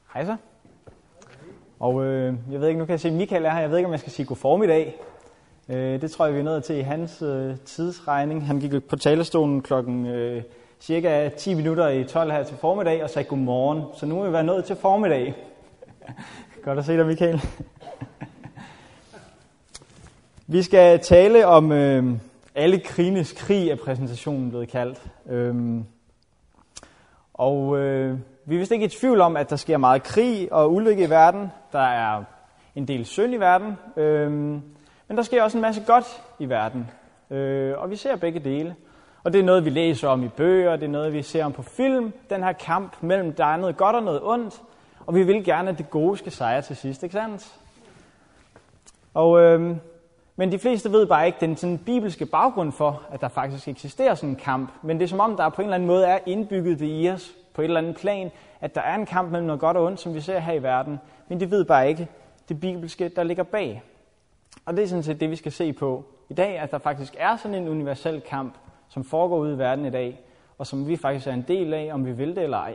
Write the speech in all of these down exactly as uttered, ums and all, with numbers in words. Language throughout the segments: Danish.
Hej så. Og øh, jeg ved ikke, nu kan jeg se, Michael er her. Jeg ved ikke, om jeg skal sige god formiddag. Øh, det tror jeg, vi er nødt til i hans øh, tidsregning. Han gik på talerstolen klokken øh, cirka ti minutter i tolv her til formiddag og sagde godmorgen. Så nu er vi været nået til formiddag. Godt at se dig, Michael. Vi skal tale om øh, alle krigenes krig, er præsentationen blevet kaldt. Øhm, og øh, vi er vist ikke i tvivl om, at der sker meget krig og ulykke i verden. Der er en del synd i verden, øh, men der sker også en masse godt i verden. Øh, og vi ser begge dele. Og det er noget, vi læser om i bøger, det er noget, vi ser om på film. Den her kamp mellem, der er noget godt og noget ondt. Og vi vil gerne, at det gode skal sejre til sidst, ikke sandt? Og, øh, men de fleste ved bare ikke den sådan, bibelske baggrund for, at der faktisk eksisterer sådan en kamp. Men det er som om, der på en eller anden måde er indbygget det i os på et eller andet plan, at der er en kamp mellem noget godt og ondt, som vi ser her i verden. Men de ved bare ikke det bibelske, der ligger bag. Og det er sådan set det, vi skal se på i dag, at der faktisk er sådan en universel kamp, som foregår ude i verden i dag, og som vi faktisk er en del af, om vi vil det eller ej.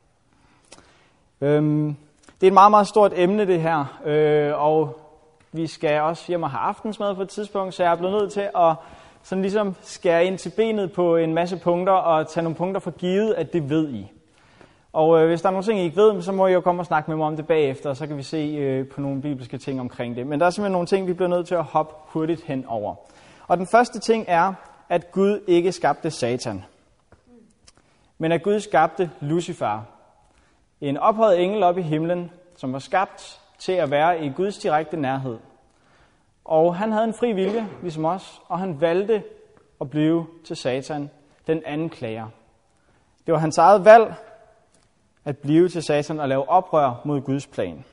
Øhm, det er et meget, meget stort emne, det her, øh, og vi skal også hjem og have aftensmad på et tidspunkt, så jeg er blevet nødt til at sådan ligesom skære ind til benet på en masse punkter, og tage nogle punkter for givet, at det ved I. Og øh, hvis der er nogle ting, I ikke ved, så må I jo komme og snakke med mig om det bagefter, og så kan vi se øh, på nogle bibelske ting omkring det. Men der er simpelthen nogle ting, vi bliver nødt til at hoppe hurtigt hen over. Og den første ting er, at Gud ikke skabte Satan, men at Gud skabte Lucifer, en ophøjet engel op i himlen, som var skabt til at være i Guds direkte nærhed. Og han havde en fri vilje, ligesom os, og han valgte at blive til Satan, den anden klager. Det var hans eget valg at blive til Satan og lave oprør mod Guds plan.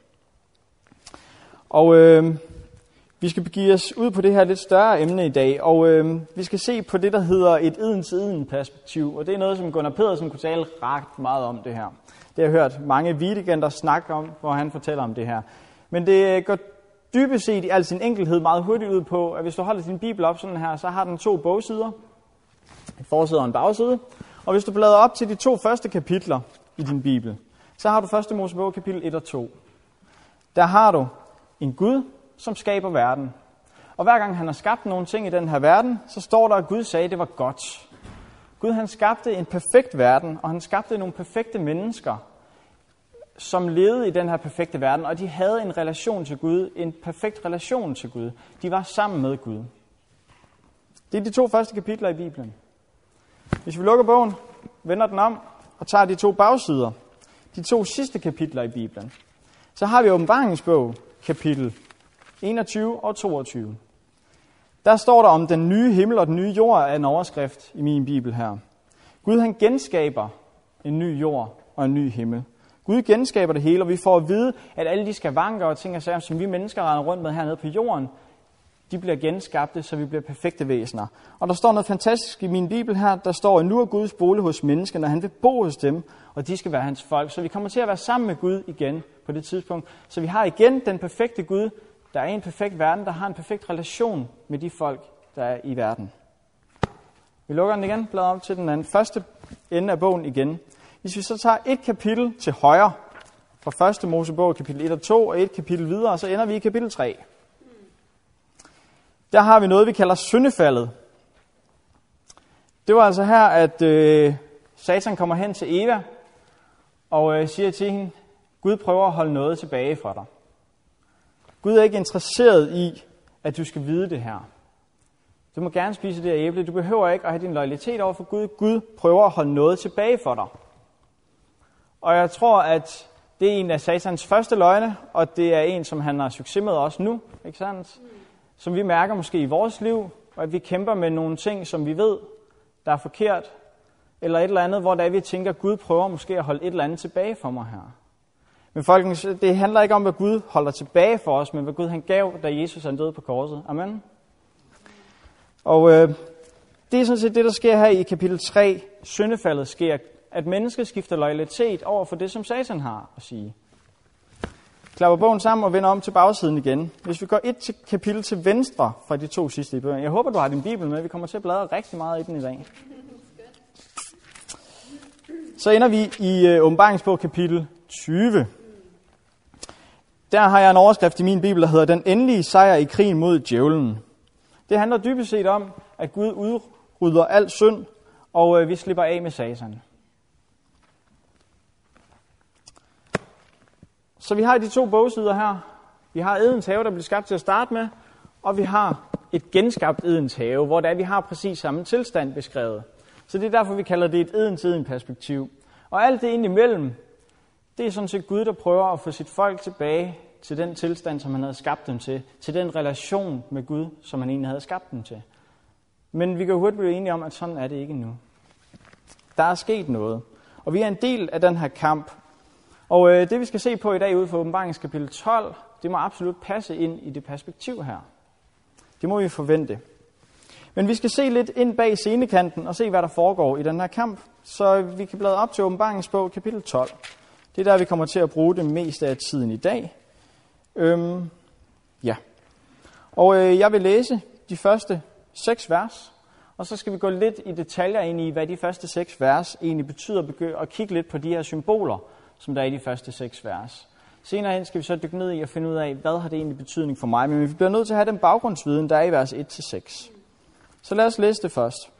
Og øh, vi skal begive os ud på det her lidt større emne i dag, og øh, vi skal se på det, der hedder et eden-til-eden-perspektiv, og det er noget, som Gunnar Pedersen kunne tale ret meget om det her. Det har jeg hørt mange weekender snakke om, hvor han fortæller om det her. Men det går dybest set i al sin enkelhed meget hurtigt ud på, at hvis du holder din bibel op sådan her, så har den to bogsider, en forside og en bagside. Og hvis du bladrer op til de to første kapitler i din bibel, så har du første Mosebog kapitel et og to. Der har du en Gud, som skaber verden. Og hver gang han har skabt nogle ting i den her verden, så står der, at Gud sagde, at det var godt. Gud han skabte en perfekt verden, og han skabte nogle perfekte mennesker, som levede i den her perfekte verden, og de havde en relation til Gud, en perfekt relation til Gud. De var sammen med Gud. Det er de to første kapitler i Bibelen. Hvis vi lukker bogen, vender den om og tager de to bagsider, de to sidste kapitler i Bibelen, så har vi Åbenbaringsbog, kapitel enogtyve og toogtyve. Der står der om den nye himmel og den nye jord af en overskrift i min bibel her. Gud han genskaber en ny jord og en ny himmel. Gud genskaber det hele, og vi får at vide, at alle de skavanker og ting og sager, som vi mennesker render rundt med hernede på jorden, de bliver genskabte, så vi bliver perfekte væsener. Og der står noget fantastisk i min bibel her. Der står, at nu er Guds bolig hos mennesker, når han vil bo hos dem, og de skal være hans folk. Så vi kommer til at være sammen med Gud igen på det tidspunkt. Så vi har igen den perfekte Gud, der er en perfekt verden, der har en perfekt relation med de folk, der er i verden. Vi lukker den igen, bladrer om til den anden første ende af bogen igen. Hvis vi så tager et kapitel til højre, fra første Mosebog, kapitel et og to, og et kapitel videre, så ender vi i kapitel tre. Der har vi noget, vi kalder syndefaldet. Det var altså her, at øh, Satan kommer hen til Eva, og øh, siger til hende, Gud prøver at holde noget tilbage fra dig. Gud er ikke interesseret i, at du skal vide det her. Du må gerne spise det her æble. Du behøver ikke at have din loyalitet over for Gud. Gud prøver at holde noget tilbage for dig. Og jeg tror, at det er en af Satans første løgne, og det er en, som han har succes med også nu, ikke sandt? Som vi mærker måske i vores liv, og at vi kæmper med nogle ting, som vi ved, der er forkert, eller et eller andet, hvor der vi tænker, at Gud prøver måske at holde et eller andet tilbage for mig her. Men folkens, det handler ikke om, hvad Gud holder tilbage for os, men hvad Gud han gav, da Jesus han døde på korset. Amen. Og øh, det er sådan set det, der sker her i kapitel tre. Syndefaldet sker, at mennesket skifter loyalitet over for det, som Satan har at sige. Klapper bogen sammen og vender om til bagsiden igen. Hvis vi går et kapitel til venstre fra de to sidste i bøgerne. Jeg håber, du har din bibel med. Vi kommer til at bladre rigtig meget i den i dag. Så ender vi i Åbenbaringsbog kapitel tyve. Der har jeg en overskrift i min bibel, der hedder Den endelige sejr i krigen mod djævlen. Det handler dybest set om, at Gud udrydder al synd, og øh, vi slipper af med Satan. Så vi har de to bogsider her. Vi har Edens have, der blev skabt til at starte med, og vi har et genskabt Edens have, hvor der vi har præcis samme tilstand beskrevet. Så det er derfor, vi kalder det et Edens Eden perspektiv. Og alt det indimellem, det er sådan set Gud, der prøver at få sit folk tilbage til den tilstand, som han havde skabt dem til, til den relation med Gud, som han egentlig havde skabt dem til. Men vi kan hurtigt blive enige om, at sådan er det ikke nu. Der er sket noget, og vi er en del af den her kamp. Og øh, det vi skal se på i dag ud fra Åbenbaringens kapitel tolv, det må absolut passe ind i det perspektiv her. Det må vi forvente. Men vi skal se lidt ind bag scenekanten og se, hvad der foregår i den her kamp. Så vi kan bladre op til Åbenbaringens bog, kapitel tolv. Det er der, vi kommer til at bruge det meste af tiden i dag. Øhm, ja. Og øh, jeg vil læse de første seks vers, og så skal vi gå lidt i detaljer ind i, hvad de første seks vers egentlig betyder, og kigge lidt på de her symboler, som der er i de første seks vers. Senere hen skal vi så dykke ned i og finde ud af, hvad har det egentlig betydning for mig, men vi bliver nødt til at have den baggrundsviden, der er i vers et til seks. Så lad os læse det først.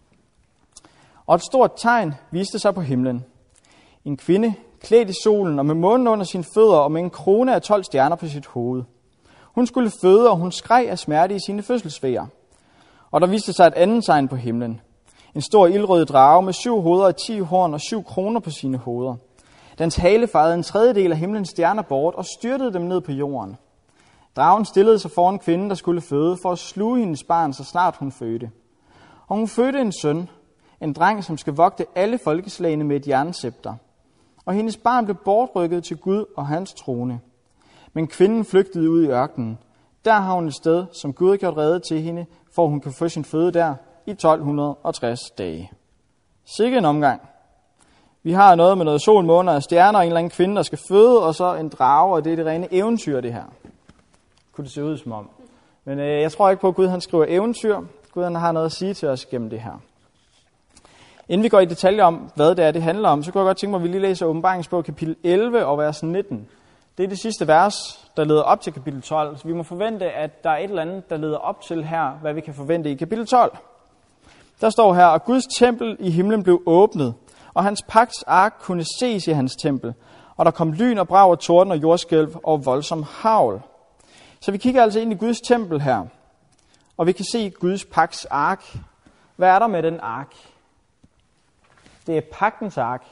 Og et stort tegn viste sig på himlen. En kvinde, klædt i solen og med månen under sine fødder og med en krone af tolv stjerner på sit hoved. Hun skulle føde, og hun skreg af smerte i sine fødselsvejer. Og der viste sig et andet tegn på himlen. En stor ildrød drage med syv hoveder og ti horn og syv kroner på sine hoveder. Dens hale fejede en tredjedel af himlens stjerner bort og styrtede dem ned på jorden. Dragen stillede sig foran kvinden, der skulle føde, for at sluge hendes barn, så snart hun fødte. Og hun fødte en søn, en dreng, som skal vogte alle folkeslagene med et jernscepter. Og hendes barn blev bortrykket til Gud og hans trone. Men kvinden flygtede ud i ørkenen. Der har hun et sted, som Gud har gjort rede til hende, for hun kan få sin føde der i tolv tres dage. Sikke en omgang. Vi har noget med noget sol, måner og stjerner, og en eller anden kvinde, der skal føde, og så en drage, og det er det rene eventyr, det her. Kunne det se ud som om. Men øh, jeg tror ikke på, at Gud han skriver eventyr. Gud han har noget at sige til os gennem det her. Inden vi går i detaljer om, hvad det er, det handler om, så kunne jeg godt tænke mig, at vi lige læser Åbenbaringens bog, kapitel elleve og vers nitten. Det er det sidste vers, der leder op til kapitel tolv. Så vi må forvente, at der er et eller andet, der leder op til her, hvad vi kan forvente i kapitel tolv. Der står her, at Guds tempel i himlen blev åbnet, og hans pagts ark kunne ses i hans tempel. Og der kom lyn og brag og torden og jordskælv og voldsom hagl. Så vi kigger altså ind i Guds tempel her, og vi kan se Guds pagts ark. Hvad er der med den ark? Det er pagtens ark.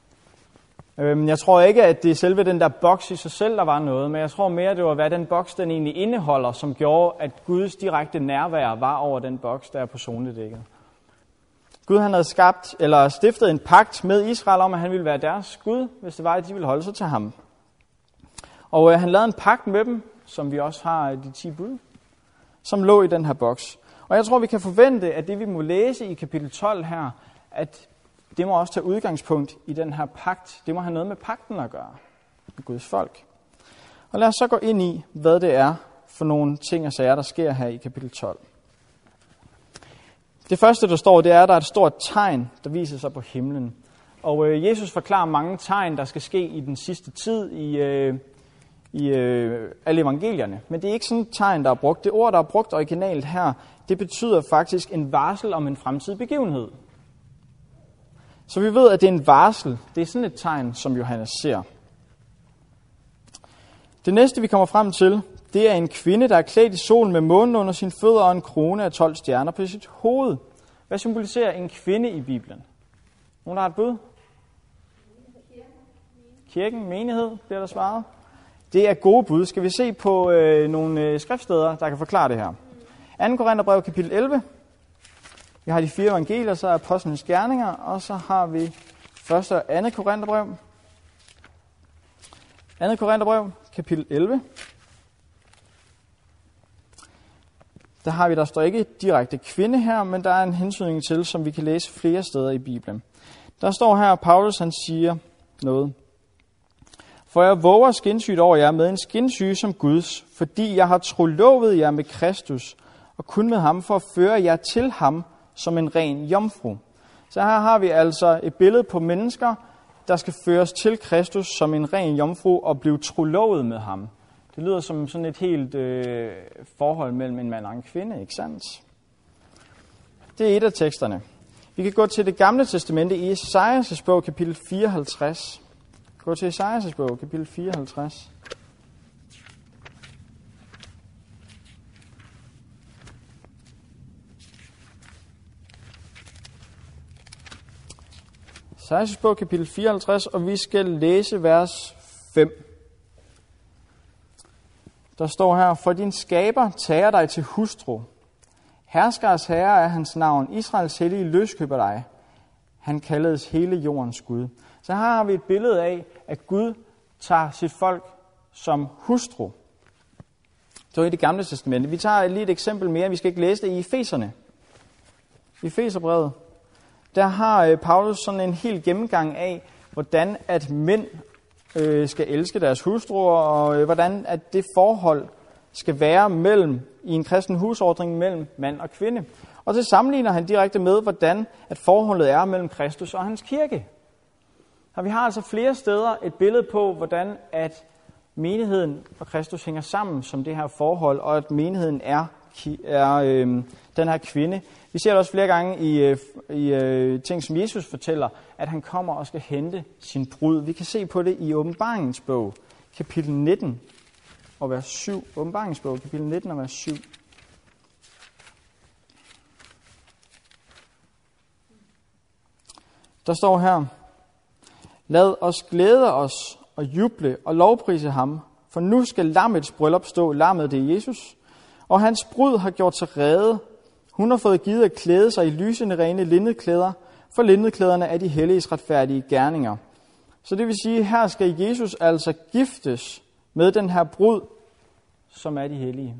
Jeg tror ikke, at det er selve den der boks i sig selv, der var noget, men jeg tror mere, det var, hvad den boks den egentlig indeholder, som gjorde, at Guds direkte nærvær var over den boks, der er på zonedækket. Gud han havde skabt, eller stiftet en pagt med Israel om, at han ville være deres Gud, hvis det var, at de ville holde sig til ham. Og øh, han lavede en pagt med dem, som vi også har de ti bud, som lå i den her boks. Og jeg tror, vi kan forvente, at det vi må læse i kapitel tolv her, at det må også tage udgangspunkt i den her pagt. Det må have noget med pagten at gøre, med Guds folk. Og lad os så gå ind i, hvad det er for nogle ting og sager, der sker her i kapitel tolv. Det første, der står, det er, at der er et stort tegn, der viser sig på himlen. Og øh, Jesus forklarer mange tegn, der skal ske i den sidste tid i, øh, i øh, alle evangelierne. Men det er ikke sådan et tegn, der er brugt. Det ord, der er brugt originalt her, det betyder faktisk en varsel om en fremtidig begivenhed. Så vi ved, at det er en varsel. Det er sådan et tegn, som Johannes ser. Det næste, vi kommer frem til, det er en kvinde, der er klædt i solen med månen under sine fødder og en krone af tolv stjerner på sit hoved. Hvad symboliserer en kvinde i Bibelen? Nogen, der har et bud? Kirken, menighed, bliver der svaret. Det er gode bud. Skal vi se på øh, nogle øh, skriftsteder, der kan forklare det her. anden Korintherbrev, kapitel elleve. Vi har de fire evangelier, så er apostlenes gerninger, og så har vi første og andet Korintherbrev. andet Korintherbrev, kapitel elleve. Der har vi, der står ikke direkte kvinde her, men der er en hensynning til, som vi kan læse flere steder i Bibelen. Der står her, at Paulus han siger noget. For jeg våger skinsygt over jer med en skinsyge som Guds, fordi jeg har trolovet jer med Kristus, og kun med ham for at føre jer til ham som en ren jomfru. Så her har vi altså et billede på mennesker, der skal føres til Kristus som en ren jomfru og blive trolovet med ham. Det lyder som sådan et helt øh, forhold mellem en mand og en kvinde, ikke sandt? Det er et af teksterne. Vi kan gå til det gamle testamente i Esajas bog, kapitel fireoghalvtreds. Gå til Esajas bog, kapitel fireoghalvtreds. Esajas bog, kapitel fireoghalvtreds, og vi skal læse vers fem. Der står her, for din skaber tager dig til hustru. Herskers herre er hans navn. Israels hellige løskøber dig. Han kaldes hele jordens Gud. Så her har vi et billede af, at Gud tager sit folk som hustru. Det var i det gamle testamente. Vi tager lige et eksempel mere. Vi skal ikke læse det i Efeserne. I Efeserbrevet. Der har Paulus sådan en hel gennemgang af, hvordan at mænd øh, skal elske deres hustruer, og øh, hvordan at det forhold skal være mellem i en kristen husordning mellem mand og kvinde. Og så sammenligner han direkte med, hvordan at forholdet er mellem Kristus og hans kirke. Og vi har altså flere steder et billede på, hvordan at menigheden og Kristus hænger sammen som det her forhold, og at menigheden er, er øh, den her kvinde. Vi ser det også flere gange i, øh, i øh, ting, som Jesus fortæller, at han kommer og skal hente sin brud. Vi kan se på det i Åbenbaringens bog, kapitel nitten og vers syv. Åbenbaringens bog, kapitel nitten og vers syv. Der står her, lad os glæde os og juble og lovprise ham, for nu skal lammets bryllup stå. Lammet, det er Jesus, og hans brud har gjort sig rede. Hun har fået givet at klæde sig i lysende rene linnedklæder, for linnedklæderne er de helliges retfærdige gerninger. Så det vil sige, her skal Jesus altså giftes med den her brud, som er de hellige.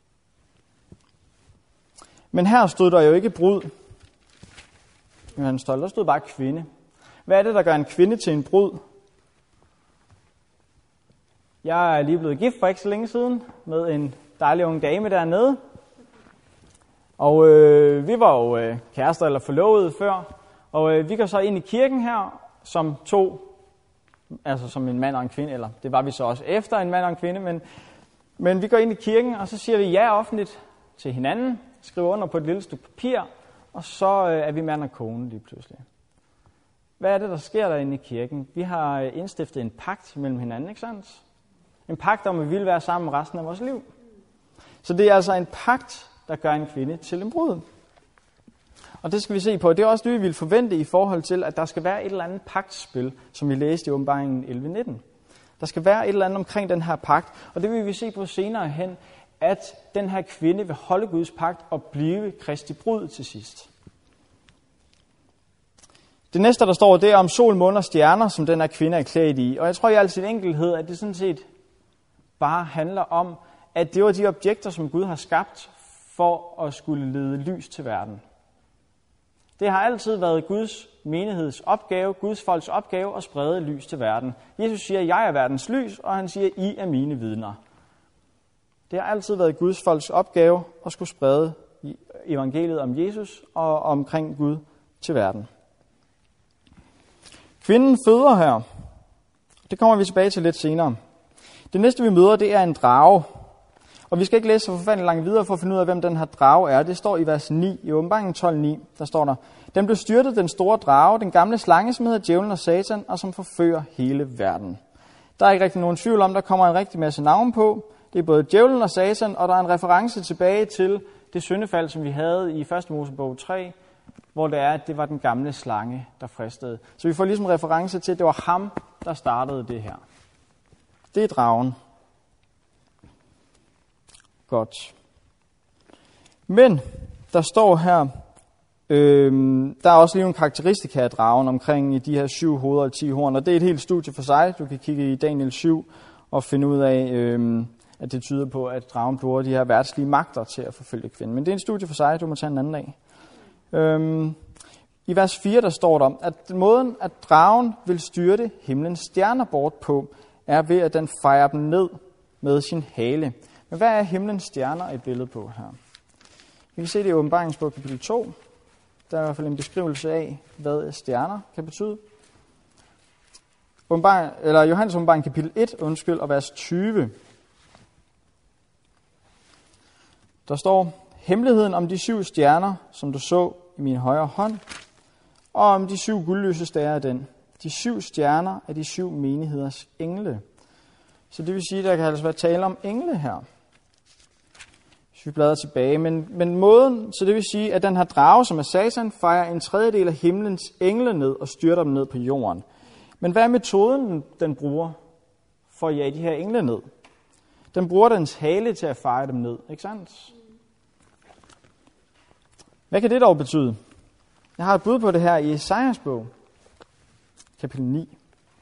Men her stod der jo ikke brud. Der stod bare kvinde. Hvad er det, der gør en kvinde til en brud? Jeg er lige blevet gift for ikke så længe siden med en dejlig ung dame dernede. Og øh, vi var jo øh, kærester eller forlovede før. Og øh, vi går så ind i kirken her som to, altså som en mand og en kvinde. Eller det var vi så også efter en mand og en kvinde. Men, men vi går ind i kirken, og så siger vi ja offentligt til hinanden. Skriver under på et lille stykke papir. Og så øh, er vi mand og kone lige pludselig. Hvad er det, der sker derinde i kirken? Vi har indstiftet en pagt mellem hinanden, ikke sandt? En pagt om, at vi vil være sammen resten af vores liv. Så det er altså en pagt, der gør en kvinde til en brud. Og det skal vi se på. Det er også det, vi vil forvente i forhold til, at der skal være et eller andet pagtspil, som vi læste i Åbenbaringen elleve nitten. Der skal være et eller andet omkring den her pagt, og det vil vi se på senere hen, at den her kvinde vil holde Guds pagt og blive Kristi brud til sidst. Det næste, der står, det er om sol, måne og stjerner, som den her kvinde er klædt i. Og jeg tror i al sin enkelhed, at det sådan set bare handler om, at det var de objekter, som Gud har skabt for at skulle lede lys til verden. Det har altid været Guds menigheds opgave, Guds folks opgave at sprede lys til verden. Jesus siger, jeg er verdens lys, og han siger, I er mine vidner. Det har altid været Guds folks opgave at skulle sprede evangeliet om Jesus og omkring Gud til verden. Kvinden føder her. Det kommer vi tilbage til lidt senere. Det næste, vi møder, det er en drage. Og vi skal ikke læse så forfærdeligt langt videre for at finde ud af, hvem den her drage er. Det står i vers ni, i Åbenbaringen tolv ni. Der står der, den blev styrtet, den store drage, den gamle slange, som hedder djævlen og satan, og som forfører hele verden. Der er ikke rigtig nogen tvivl om, der kommer en rigtig masse navn på. Det er både djævlen og satan, og der er en reference tilbage til det syndefald, som vi havde i første Mosebog tre, hvor det er, at det var den gamle slange, der fristede. Så vi får ligesom reference til, at det var ham, der startede det her. Det er dragen. Godt. Men der står her, øh, der er også lige en karakteristika af dragen omkring de her syv hoveder og ti horn, og det er et helt studie for sig. Du kan kigge i Daniel syv og finde ud af, øh, at det tyder på, at dragen bruger de her verdslige magter til at forfølge kvinden. Men det er en studie for sig, du må tage en anden dag. Øh, I vers fire der står der, at måden, at dragen vil styrte himlens stjerner bort på, er ved, at den fejrer dem ned med sin hale. Men hvad er himlens stjerner et billede på her? Vi kan se det i Åbenbaringsbog kapitel to. Der er i hvert fald en beskrivelse af, hvad stjerner kan betyde. Åbenbaring, eller Johannes Åbenbaring kapitel et, undskyld, og vers tyve. Der står, hemmeligheden om de syv stjerner, som du så i min højre hånd, og om de syv guldløse stager af den. De syv stjerner er de syv menigheders engle. Så det vil sige, at der kan altså være tale om engle her. Hvis vi bladrer tilbage. Men, men måden, så det vil sige, at den her drage, som er Satan, fejrer en tredjedel af himlens engle ned og styrter dem ned på jorden. Men hvad er metoden, den bruger for at jage de her engle ned? Den bruger dens hale til at fejre dem ned, ikke sandt? Hvad kan det dog betyde? Jeg har et bud på det her i Esajas bog, kapitel ni.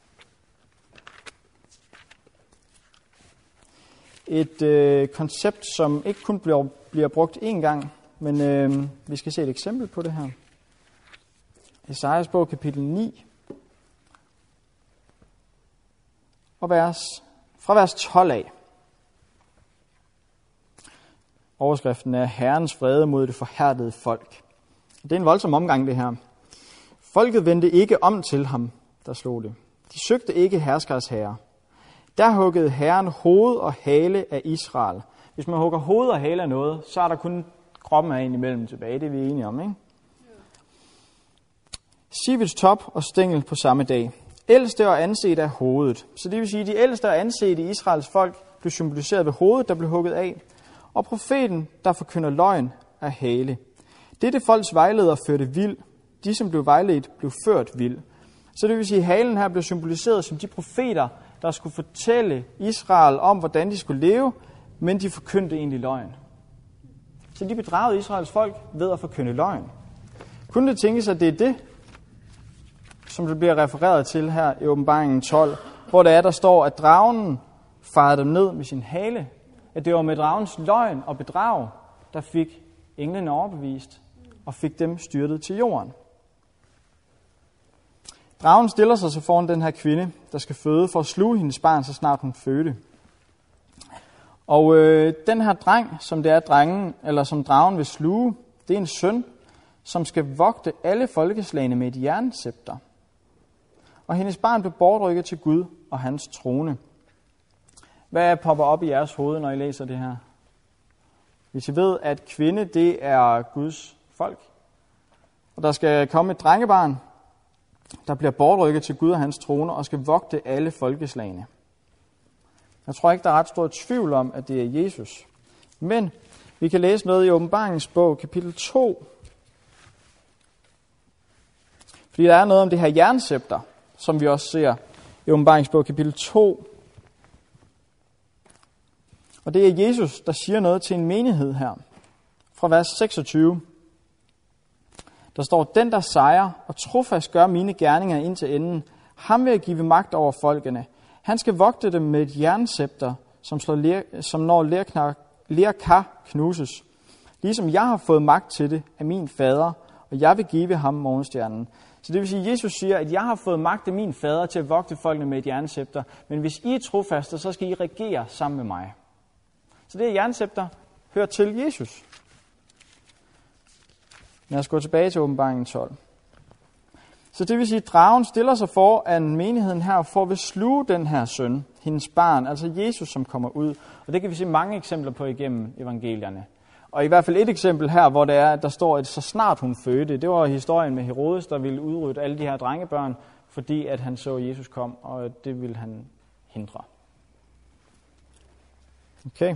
Et øh, koncept, som ikke kun bliver, bliver brugt én gang, men øh, vi skal se et eksempel på det her. Esajas bog, kapitel ni, og vers, fra vers tolv af. Overskriften er Herrens vrede mod det forhærdede folk. Det er en voldsom omgang, det her. Folket vendte ikke om til ham, der slog det. De søgte ikke herskers herre. Der huggede Herren hoved og hale af Israel. Hvis man hugger hoved og hale af noget, så er der kun kroppen af en imellem tilbage. Det er vi enige om, ikke? Sivets top og stængel på samme dag. Ældste og anset af hovedet. Så det vil sige, at de ældste og anset i Israels folk blev symboliseret ved hovedet, der blev hugget af. Og profeten, der forkynder løgn, er hale. Dette folks vejleder førte vild. De, som blev vejledt, blev ført vild. Så det vil sige, at halen her blev symboliseret som de profeter, der skulle fortælle Israel om, hvordan de skulle leve, men de forkyndte egentlig løgn. Så de bedragede Israels folk ved at forkynde løgn. Kunne det tænkes, at det er det, som det bliver refereret til her i åbenbaringen tolv, hvor der er, der står, at dragen farede dem ned med sin hale, at det var med dragens løgn og bedrag, der fik englene overbevist og fik dem styrtet til jorden. Dragen stiller sig så foran den her kvinde, der skal føde, for at sluge hendes barn, så snart hun fødte. Og øh, den her dreng, som det er drengen, eller som dragen vil sluge, det er en søn, som skal vogte alle folkeslagene med et jernscepter. Og hendes barn blev bortrykket til Gud og hans trone. Hvad popper op i jeres hoved, når I læser det her? Hvis I ved, at kvinde, det er Guds folk, og der skal komme et drengebarn, der bliver bortrykket til Gud og hans trone og skal vogte alle folkeslagene. Jeg tror ikke, der er ret stor tvivl om, at det er Jesus. Men vi kan læse noget i Åbenbaringens bog, kapitel to. Fordi der er noget om det her jernscepter, som vi også ser i Åbenbaringens bog, kapitel to. Og det er Jesus, der siger noget til en menighed her. Fra vers seksogtyve. Der står, den der sejrer og trofast gør mine gerninger ind til enden, ham vil jeg give magt over folkene. Han skal vogte dem med et jernscepter, som, slår ler, som når lerknar, lerkar knuses. Ligesom jeg har fået magt til det af min fader, og jeg vil give ham morgenstjernen. Så det vil sige, at Jesus siger, at jeg har fået magt af min fader til at vogte folkene med et jernscepter, men hvis I er trofaste, så skal I regere sammen med mig. Så det jernscepter hører til Jesus. Lad os gå tilbage til åbenbaringen tolv. Så det vil sige, at dragen stiller sig foran menigheden her for at vil sluge den her søn, hendes barn, altså Jesus, som kommer ud. Og det kan vi se mange eksempler på igennem evangelierne. Og i hvert fald et eksempel her, hvor der er, der står, at så snart hun fødte, det var historien med Herodes, der ville udrydde alle de her drengebørn, fordi at han så, at Jesus kom, og det ville han hindre. Okay.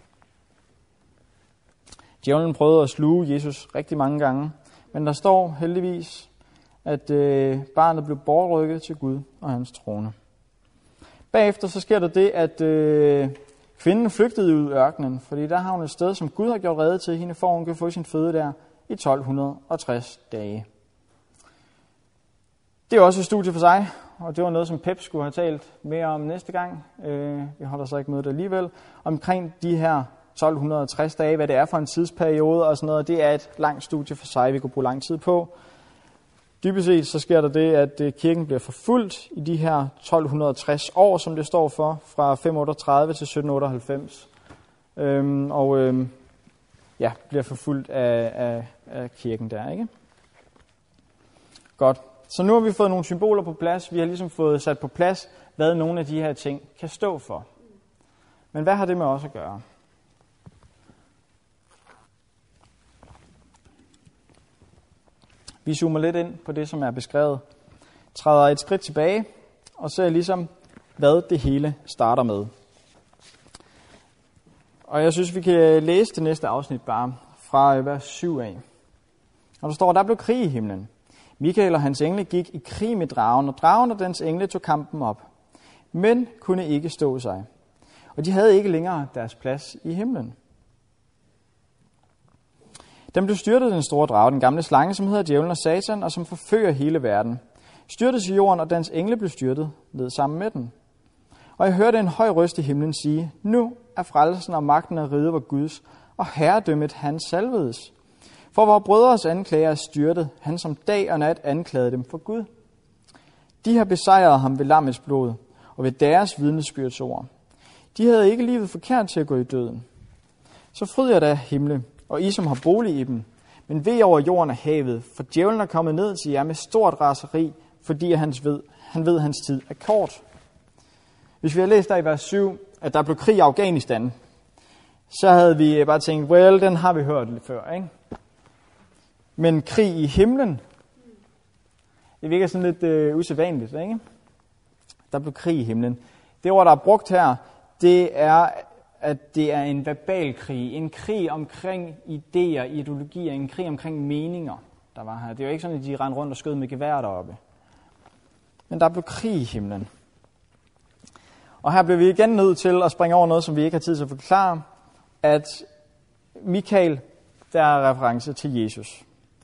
Djævlen prøvede at sluge Jesus rigtig mange gange, men der står heldigvis, at øh, barnet blev bortrykket til Gud og hans trone. Bagefter så sker der det, at øh, kvinden flygtede ud i ørkenen, fordi der har hun et sted, som Gud har gjort rede til hende, for hun kan få sin føde der i tolv tres dage. Det er også et studie for sig, og det var noget, som Pep skulle have talt mere om næste gang. Øh, vi holder så ikke mødet alligevel. Omkring de her tolv tres dage, hvad det er for en tidsperiode og sådan noget, det er et langt studie for sig, vi kunne bruge lang tid på. Dybest set så sker der det, at kirken bliver forfulgt i de her tolv tres år, som det står for, fra fem otteogtredive til sytten otteoghalvfems. Øhm, og øhm, ja, bliver forfulgt af, af, af kirken der, ikke? Godt. Så nu har vi fået nogle symboler på plads. Vi har ligesom fået sat på plads, hvad nogle af de her ting kan stå for. Men hvad har det med os at gøre? Vi zoomer lidt ind på det, som er beskrevet, træder et skridt tilbage og ser ligesom, hvad det hele starter med. Og jeg synes, vi kan læse det næste afsnit bare fra vers syv af. Og der står, der blev krig i himlen. Mikael og hans engle gik i krig med dragen, og dragen og dens engle tog kampen op, men kunne ikke stå sig. Og de havde ikke længere deres plads i himlen. Den blev styrtet, den store drage, den gamle slange, som hedder djævlen og satan, og som forfører hele verden. Styrtet til jorden, og dens engle blev styrtet ned sammen med den. Og jeg hørte en høj røst i himlen sige, nu er frelsen og magten af riget var Guds, og herredømmet hans salvedes. For vor brødres anklager er styrtet, han som dag og nat anklagede dem for Gud. De har besejret ham ved lammets blod, og ved deres vidnesbyrds ord. De havde ikke livet forkert til at gå i døden. Så fryd jer da, himle, og I som har bolig i dem, men ved over jorden og havet, for djævlen er kommet ned til jer med stort raseri, fordi han ved, han ved, hans tid er kort. Hvis vi har læst der i vers syv, at der blev krig i Afghanistan, så havde vi bare tænkt, well, den har vi hørt lidt før, ikke? Men krig i himlen, det virker sådan lidt øh, usædvanligt, ikke? Der blev krig i himlen. Det ord, der er brugt her, det er, at det er en verbal krig. En krig omkring idéer, ideologier, en krig omkring meninger, der var her. Det er jo ikke sådan, at de rendte rundt og skød med gevær deroppe. Men der blev krig i himlen. Og her bliver vi igen nødt til at springe over noget, som vi ikke har tid til at forklare, at Mikael, der er reference til Jesus.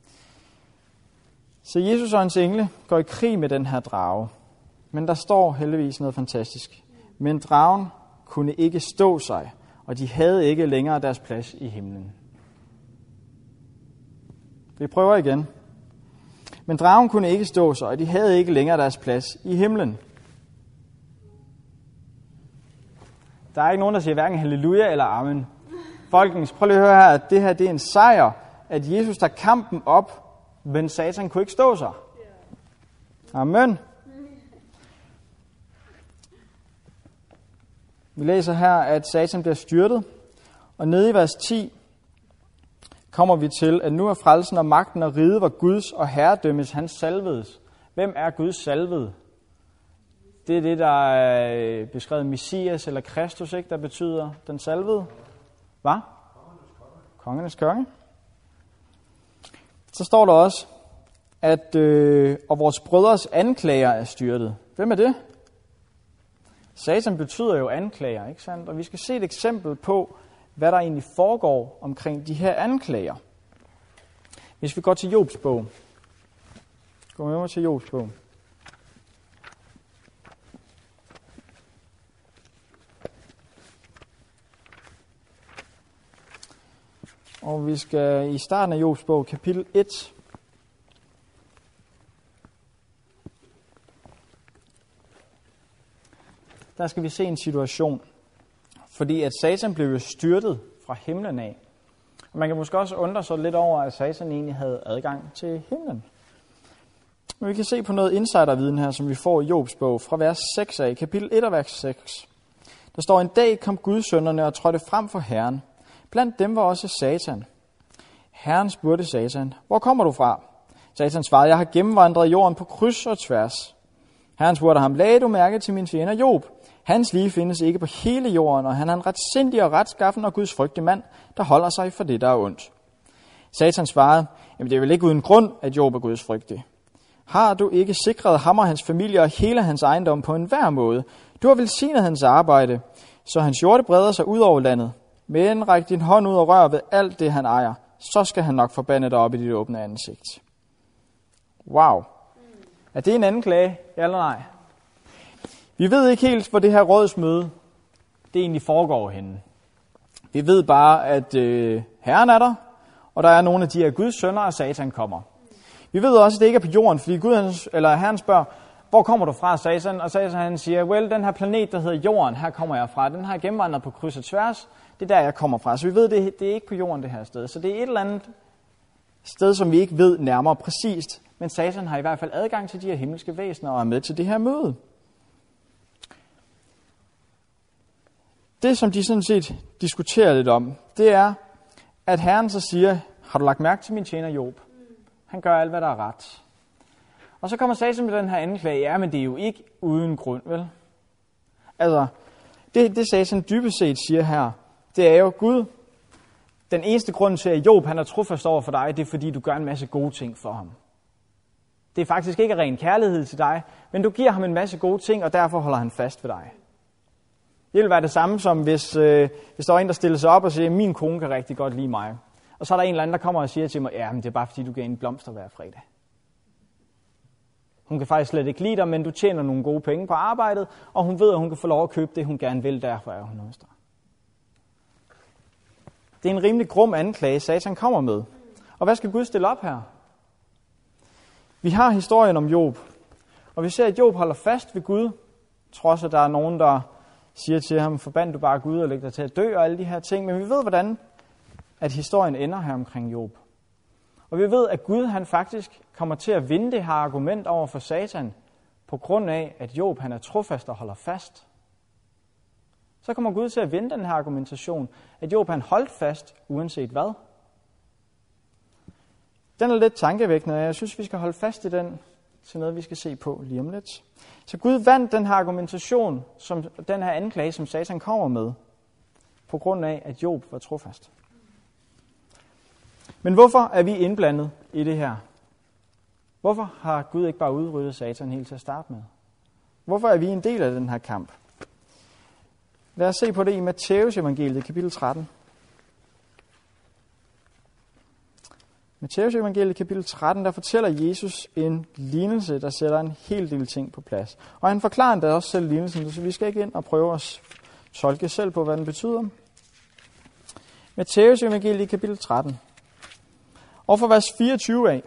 Så Jesus og hans engle går i krig med den her drage. Men der står heldigvis noget fantastisk. Men dragen kunne ikke stå sig, og de havde ikke længere deres plads i himlen. Vi prøver igen. Men dragen kunne ikke stå sig, og de havde ikke længere deres plads i himlen. Der er ikke nogen, der siger hverken halleluja eller amen. Folkens, prøv lige at høre her, at det her det er en sejr, at Jesus tager kampen op, men Satan kunne ikke stå sig. Amen. Vi læser her, at Satan bliver styrtet, og nede i vers ti kommer vi til, at nu er frelsen og magten og riget var Guds, og herredømmes hans salvedes. Hvem er Guds salvede? Det er det, der er beskrevet Messias eller Kristus, ikke? Der betyder den salvede. Hvad? Kongernes konge. Så står der også, at øh, og vores brødres anklager er styrtet. Hvem er det? Satan betyder jo anklager, ikke sandt? Og vi skal se et eksempel på, hvad der egentlig foregår omkring de her anklager. Hvis vi går til Jobs bog. Gå med mig til Jobs bog. Og vi skal i starten af Jobs bog, kapitel et. Der skal vi se en situation, fordi at Satan blev jo styrtet fra himlen af. Og man kan måske også undre sig lidt over, at Satan egentlig havde adgang til himlen. Men vi kan se på noget insiderviden her, som vi får i Jobs bog, fra vers seks af, kapitel et og vers seks. Der står, en dag kom gudsønderne og trådte frem for Herren. Blandt dem var også Satan. Herren spurgte Satan, hvor kommer du fra? Satan svarede, jeg har gennemvandret jorden på kryds og tværs. Herren spurgte ham, lagde du mærke til min fjender Job? Hans lige findes ikke på hele jorden, og han er en retsindig og retskaffen og gudsfrygtig mand, der holder sig for det, der er ondt. Satan svarede, jamen det er vel ikke uden grund, at Job er gudsfrygtig. Har du ikke sikret ham og hans familie og hele hans ejendom på enhver måde? Du har velsignet hans arbejde, så hans jorde breder sig ud over landet. Men ræk din hånd ud og rør ved alt det, han ejer. Så skal han nok forbandet dig op i dit åbne ansigt. Wow. Er det en anden klage? Ja eller nej? Vi ved ikke helt, hvor det her rådsmøde det egentlig foregår henne. Vi ved bare, at øh, Herren er der, og der er nogle af de her Guds sønner, og Satan kommer. Vi ved også, at det ikke er på jorden, fordi Gud, eller Herren spørger, hvor kommer du fra, Satan? Og Satan han siger, well, den her planet, der hedder jorden, her kommer jeg fra. Den har jeg gennemvandret på kryds og tværs. Det er der, jeg kommer fra. Så vi ved, det, det er ikke på jorden, det her sted. Så det er et eller andet sted, som vi ikke ved nærmere præcist. Men Satan har i hvert fald adgang til de her himmelske væsener og er med til det her møde. Det, som de sådan set diskuterer lidt om, det er, at Herren så siger, har du lagt mærke til min tjener Job? Han gør alt, hvad der er ret. Og så kommer Satan med den her anklage. Ja, men det er jo ikke uden grund, vel? Altså, det, det Satan dybest set siger her, det er jo, Gud, den eneste grund til, at Job han er trofast over for dig, det er, fordi du gør en masse gode ting for ham. Det er faktisk ikke ren kærlighed til dig, men du giver ham en masse gode ting, og derfor holder han fast ved dig. Det vil være det samme som, hvis, øh, hvis der er en, der stiller sig op og siger, min kone kan rigtig godt lide mig. Og så er der en eller anden, der kommer og siger til mig, ja, men det er bare fordi, du giver en blomster hver fredag. Hun kan faktisk slet ikke lide dig, men du tjener nogle gode penge på arbejdet, og hun ved, at hun kan få lov at købe det, hun gerne vil, derfor er hun hos dig. Det er en rimelig grum anklage, Satan kommer med. Og hvad skal Gud stille op her? Vi har historien om Job, og vi ser, at Job holder fast ved Gud, trods at der er nogen, der siger til ham, forband du bare Gud og læg dig til at dø og alle de her ting. Men vi ved, hvordan at historien ender her omkring Job. Og vi ved, at Gud han faktisk kommer til at vinde det her argument over for Satan, på grund af, at Job han er trofast og holder fast. Så kommer Gud til at vinde den her argumentation, at Job han holdt fast, uanset hvad. Den er lidt tankevækkende, og jeg synes, vi skal holde fast i den til noget, vi skal se på lige om lidt. Så Gud vandt den her argumentation, som den her anklage, som Satan kommer med, på grund af, at Job var trofast. Men hvorfor er vi indblandet i det her? Hvorfor har Gud ikke bare udryddet Satan helt til at starte med? Hvorfor er vi en del af den her kamp? Lad os se på det i Matthæus evangeliet, kapitel tretten. Matthæus evangeliet, kapitel tretten, der fortæller Jesus en lignelse, der sætter en hel del ting på plads. Og han forklarer endda også selv lignelsen, så vi skal ikke ind og prøve at tolke selv på, hvad den betyder. Matthæus evangeliet, kapitel tretten. Og fra vers fireogtyve af.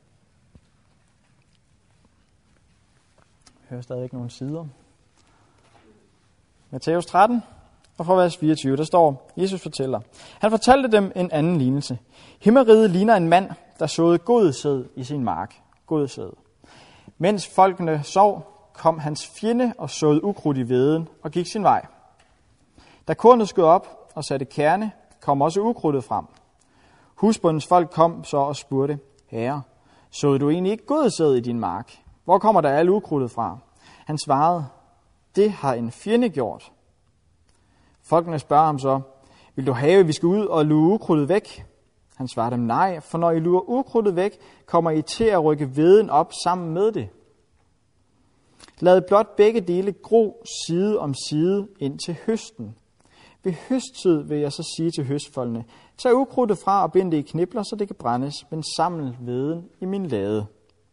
Jeg hører stadig ikke nogen sider. Matthæus tretten, og fra vers fireogtyve, der står, Jesus fortæller. Han fortalte dem en anden lignelse. Himmeriget ligner en mand, der såede god sæd i sin mark. God sæd. Mens folkene sov, kom hans fjende og såede ukrudt i hveden og gik sin vej. Da kornet skød op og satte kerne, kom også ukrudtet frem. Husbondens folk kom så og spurgte, herre, såede du egentlig ikke god sæd i din mark? Hvor kommer der alle ukrudtet fra? Han svarede, det har en fjende gjort. Folkene spørger ham så, vil du have, at vi skal ud og luge ukrudtet væk? Han svarer dem, nej, for når I luger ukrudtet væk, kommer I til at rykke hveden op sammen med det. Lad blot begge dele gro side om side ind til høsten. Ved høsttid vil jeg så sige til høstfolkene, tag ukrudtet fra og bind det i knipler, så det kan brændes, men samle hveden i min lade.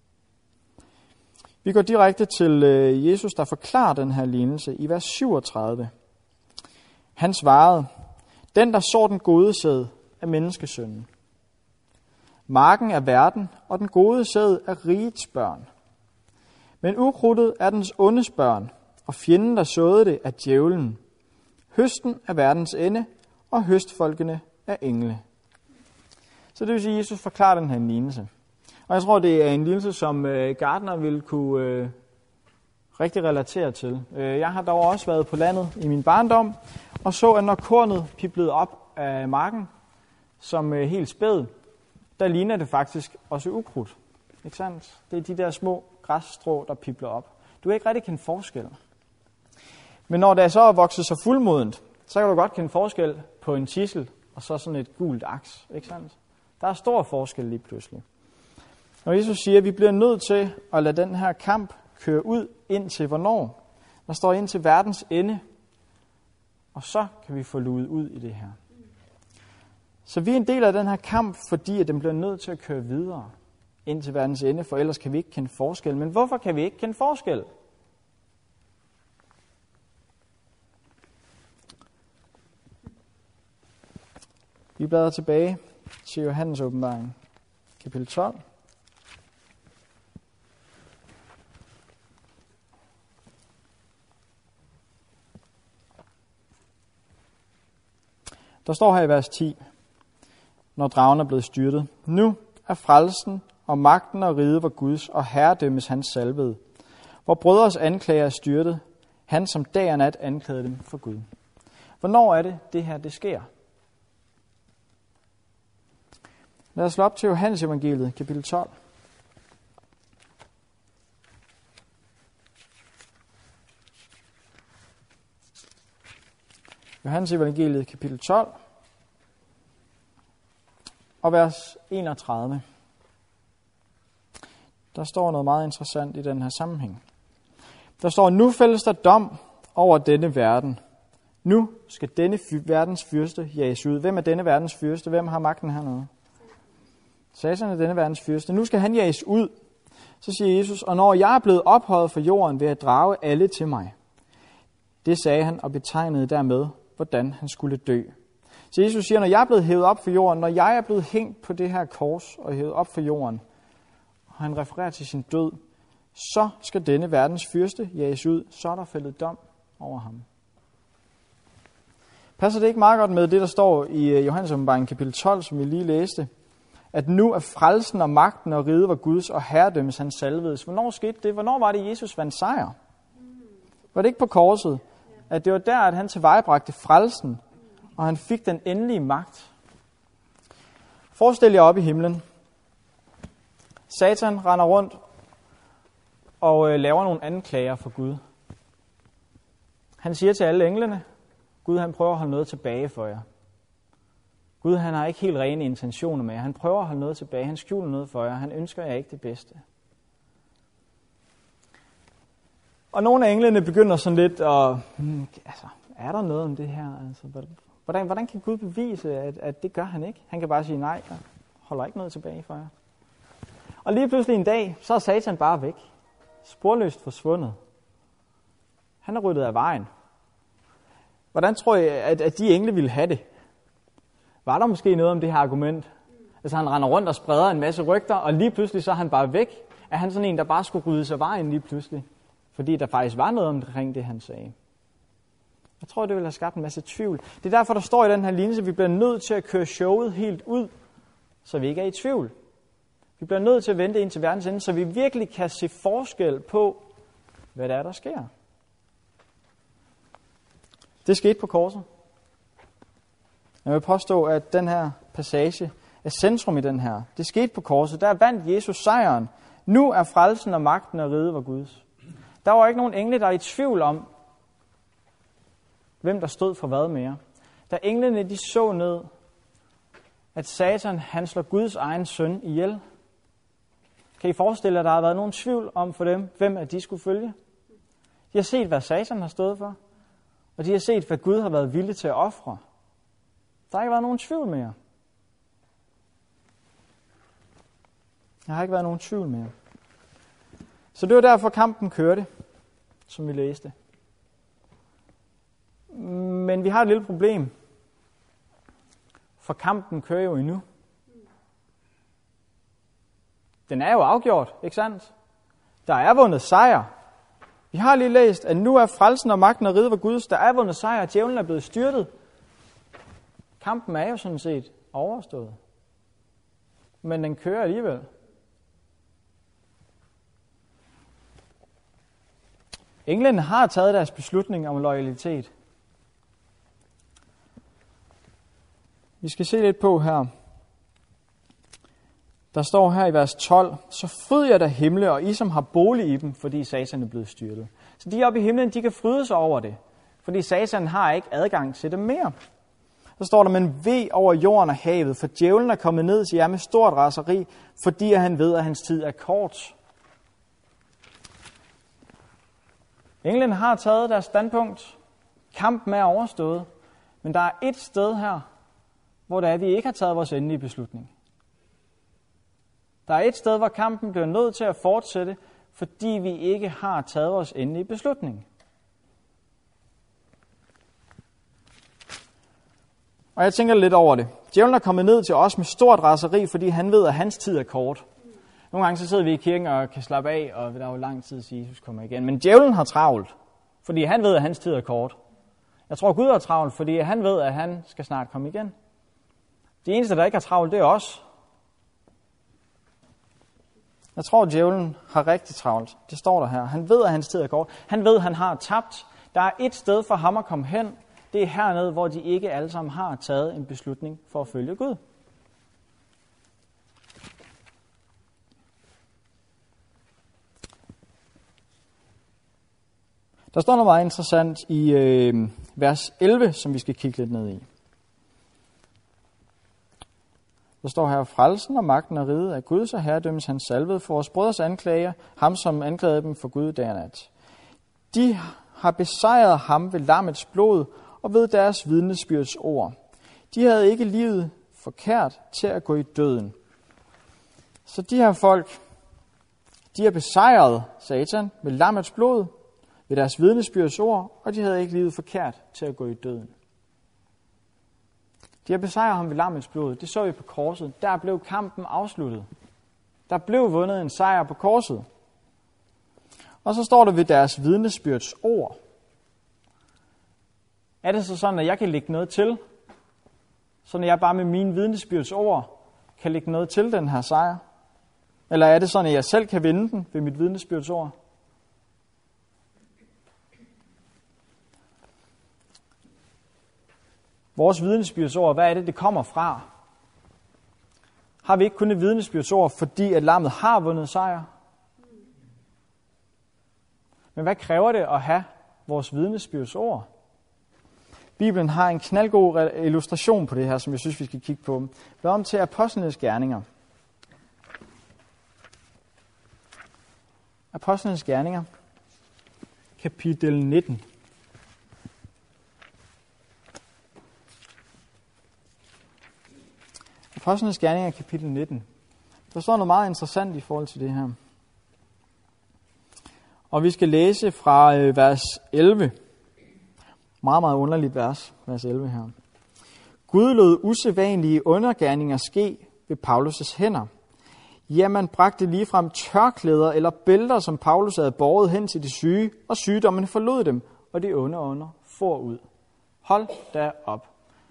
Vi går direkte til Jesus, der forklarer den her lignelse i vers syvogtredive. Han svarede, den der sår den gode sæd er menneskesønnen. Marken er verden, og den gode sæd er rigets børn. Men ukrudtet er dens ondes børn, og fjenden, der såede det, er djævlen. Høsten er verdens ende, og høstfolkene er engle. Så det vil sige, at Jesus forklarer den her lignelse. Og jeg tror, det er en lignelse, som Gardner vil kunne øh, rigtig relatere til. Jeg har dog også været på landet i min barndom, og så, at når kornet piblede op af marken, som øh, helt spæd, der ligner det faktisk også ukrudt. Ikke sandt? Det er de der små græsstrå, der pibler op. Du kan ikke rigtig kende forskel. Men når det så er vokset så fuldmodent, så kan du godt kende forskel på en tidsel og så sådan et gult aks. Ikke sandt? Der er stor forskel lige pludselig. Og Jesus siger, at vi bliver nødt til at lade den her kamp køre ud indtil hvornår? Der står ind til verdens ende, og så kan vi få luet ud i det her. Så vi er en del af den her kamp, fordi at den bliver nødt til at køre videre ind til verdens ende, for ellers kan vi ikke kende forskel. Men hvorfor kan vi ikke kende forskel? Vi bladrer tilbage til Johannes åbenbaring, kapitel tolv. Der står her i vers ti, når dragen er blevet styrtet. Nu er frelsen og magten og riget var Guds, og herredømmes hans salvede. Hvor brødres anklager er styrtet, han som dag og nat anklagede dem for Gud. Hvornår er det, det her det sker? Lad os slå op til Johannes evangeliet, kapitel tolv. Johannes evangeliet kapitel tolv og vers enogtredive. Der står noget meget interessant i den her sammenhæng. Der står, nu fældes der dom over denne verden. Nu skal denne fy- verdens fyrste jages ud. Hvem er denne verdens fyrste? Hvem har magten hernede? Satan er denne verdens fyrste. Nu skal han jages ud. Så siger Jesus, og når jeg er blevet ophøjet fra jorden, vil jeg drage alle til mig. Det sagde han og betegnede dermed, hvordan han skulle dø. Så Jesus siger, når jeg er blevet hævet op fra jorden, når jeg er blevet hængt på det her kors og hævet op fra jorden, og han refererer til sin død, så skal denne verdens fyrste jages ud, så er der fældet dom over ham. Passer det ikke meget godt med det, der står i Johannes åbenbaring kapitel tolv, som vi lige læste, at nu er frelsen og magten og riget var Guds, og herredømmes han salvedes. Hvornår skete det? Hvornår var det, Jesus vandt sejr? Var det ikke på korset, at det var der, at han tilvejebragte frelsen, og han fik den endelige magt? Forestil jer op i himlen. Satan render rundt og øh, laver nogle anklager for Gud. Han siger til alle englene, Gud han prøver at holde noget tilbage for jer. Gud han har ikke helt rene intentioner med jer. Han prøver at holde noget tilbage. Han skjuler noget for jer. Han ønsker jer ikke det bedste. Og nogle af englene begynder sådan lidt at, hmm, altså, er der noget om det her? Altså, hvordan, hvordan kan Gud bevise, at, at det gør han ikke? Han kan bare sige, nej, jeg holder ikke noget tilbage for jer. Og lige pludselig en dag, så er Satan bare væk. Sporløst forsvundet. Han er ryddet af vejen. Hvordan tror jeg, at, at de engle ville have det? Var der måske noget om det her argument? Altså han render rundt og spreder en masse rygter, og lige pludselig så er han bare væk. Er han sådan en, der bare skulle rydde sig vejen lige pludselig? Fordi der faktisk var noget omkring det, han sagde. Jeg tror, det ville have skabt en masse tvivl. Det er derfor, der står i den her linje, at vi bliver nødt til at køre showet helt ud, så vi ikke er i tvivl. Vi bliver nødt til at vente ind til verdens ende, så vi virkelig kan se forskel på, hvad der er, der sker. Det skete på korset. Jeg vil påstå, at den her passage er centrum i den her. Det skete på korset. Der vandt Jesus sejren. Nu er frelsen og magten og riget var Guds. Der var ikke nogen engle, der er i tvivl om, hvem der stod for hvad mere. Da englene de så ned, at Satan han slår Guds egen søn ihjel. Kan I forestille jer, at der har været nogen tvivl om for dem, hvem at de skulle følge? De har set, hvad Satan har stået for, og de har set, hvad Gud har været villig til at ofre. Der har ikke været nogen tvivl mere. Der har ikke været nogen tvivl mere. Så det var derfor, kampen kørte, som vi læste. Men vi har et lille problem. For kampen kører jo endnu. Den er jo afgjort, ikke sandt? Der er vundet sejr. Vi har lige læst, at nu er frelsen og magten og riget var Guds. Der er vundet sejr, og djævlen er blevet styrtet. Kampen er jo sådan set overstået. Men den kører alligevel. Englænderne har taget deres beslutning om loyalitet. Vi skal se lidt på her. Der står her i vers tolv, så fryd jer da himle, og I som har bolig i dem, fordi Satan er blevet styrtet. Så de oppe i himlen, de kan fryde sig over det, fordi Satan har ikke adgang til dem mere. Så står der, men ved over jorden og havet, for djævlen er kommet ned til jer med stort raseri, fordi han ved, at hans tid er kort. Englænderne har taget deres standpunkt. Kampen er overstået. Men der er et sted her, hvor der er, vi ikke har taget vores endelige beslutning. Der er et sted, hvor kampen bliver nødt til at fortsætte, fordi vi ikke har taget vores endelige beslutning. Og jeg tænker lidt over det. Djævlen er kommet ned til os med stort raseri, fordi han ved, at hans tid er kort. Nogle gange så sidder vi i kirken og kan slappe af, og der er jo lang tid, til Jesus kommer igen. Men djævlen har travlt, fordi han ved, at hans tid er kort. Jeg tror, Gud har travlt, fordi han ved, at han skal snart komme igen. De eneste, der ikke har travlt, det er os. Jeg tror, at djævlen har rigtig travlt. Det står der her. Han ved, at hans tid er kort. Han ved, at han har tabt. Der er et sted for ham at komme hen. Det er hernede, hvor de ikke alle sammen har taget en beslutning for at følge Gud. Der står noget meget interessant i øh, vers elleve, som vi skal kigge lidt ned i. Der står her, frelsen og magten og riget af Gud, så herredømmes han salvede for vores brødres anklager, ham som anklagede dem for Gud dag og nat. De har besejret ham ved lammets blod og ved deres vidnesbyrds ord. De havde ikke livet forkert til at gå i døden. Så de her folk, de har besejret Satan med lammets blod, ved deres vidnesbyrds ord, og de havde ikke livet forkert til at gå i døden. De har besejret ham ved lammets blod. Det så vi på korset. Der blev kampen afsluttet. Der blev vundet en sejr på korset. Og så står der ved deres vidnesbyrds ord. Er det så sådan, at jeg kan lægge noget til? Sådan at jeg bare med mine vidnesbyrds ord kan lægge noget til den her sejr? Eller er det sådan, at jeg selv kan vinde den ved mit vidnesbyrds ord? Vores vidnesbyrdsord, hvad er det, det kommer fra? Har vi ikke kun et vidnesbyrdsord, fordi at lammet har vundet sejr? Men hvad kræver det at have vores vidnesbyrdsord? Bibelen har en knaldgod illustration på det her, som jeg synes, vi skal kigge på. Blad om til Apostlenes Gerninger. Apostlenes Gerninger, kapitel nitten. Apostlenes Gerninger, kapitel nitten. Der står noget meget interessant i forhold til det her. Og vi skal læse fra øh, vers elleve. Meget, meget underligt vers, vers elleve her. Gud lod usædvanlige undergerninger ske ved Paulus' hænder. Ja, man bragte ligefrem tørklæder eller bælter, som Paulus havde båret hen til de syge, og sygdommen forlod dem, og de onde ånder for ud. Hold da op.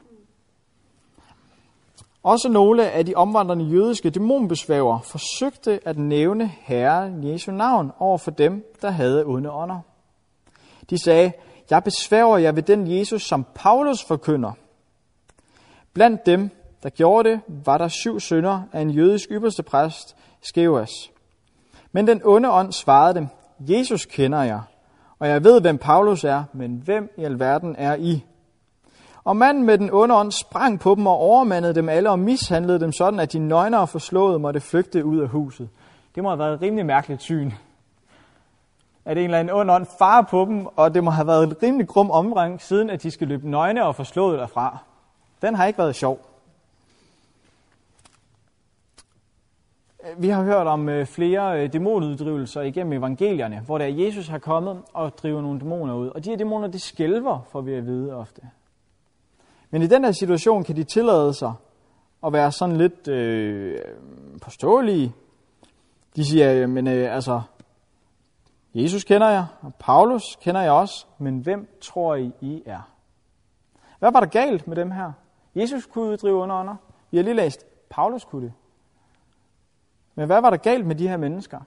Også nogle af de omvandrende jødiske dæmonbesvæver forsøgte at nævne Herren Jesu navn over for dem, der havde onde ånder. De sagde, jeg besværger jer ved den Jesus, som Paulus forkynder. Blandt dem, der gjorde det, var der syv sønner af en jødisk ypperste præst, Skævas. Men den onde ånd svarede dem, Jesus kender jeg, og jeg ved, hvem Paulus er, men hvem i alverden er I? Og manden med den onde ånd sprang på dem og overmandede dem alle og mishandlede dem sådan, at de nøgne og forslåede måtte flygte ud af huset. Det må have været et rimelig mærkeligt syn. At en eller anden ond ånd farer på dem, og det må have været et rimelig grum omgang, siden at de skal løbe nøgne og forslået derfra. Den har ikke været sjov. Vi har hørt om flere dæmonuddrivelser igennem evangelierne, hvor der Jesus har kommet og driver nogle dæmoner ud. Og de her dæmoner, de skælver, får vi at vide ofte. Men i den her situation kan de tillade sig at være sådan lidt øh, påståelige. De siger, men øh, altså, Jesus kender jeg, og Paulus kender jeg også, men hvem tror I, I er? Hvad var der galt med dem her? Jesus kunne uddrive onde ånder. Vi har lige læst, Paulus kunne det. Men hvad var der galt med de her mennesker?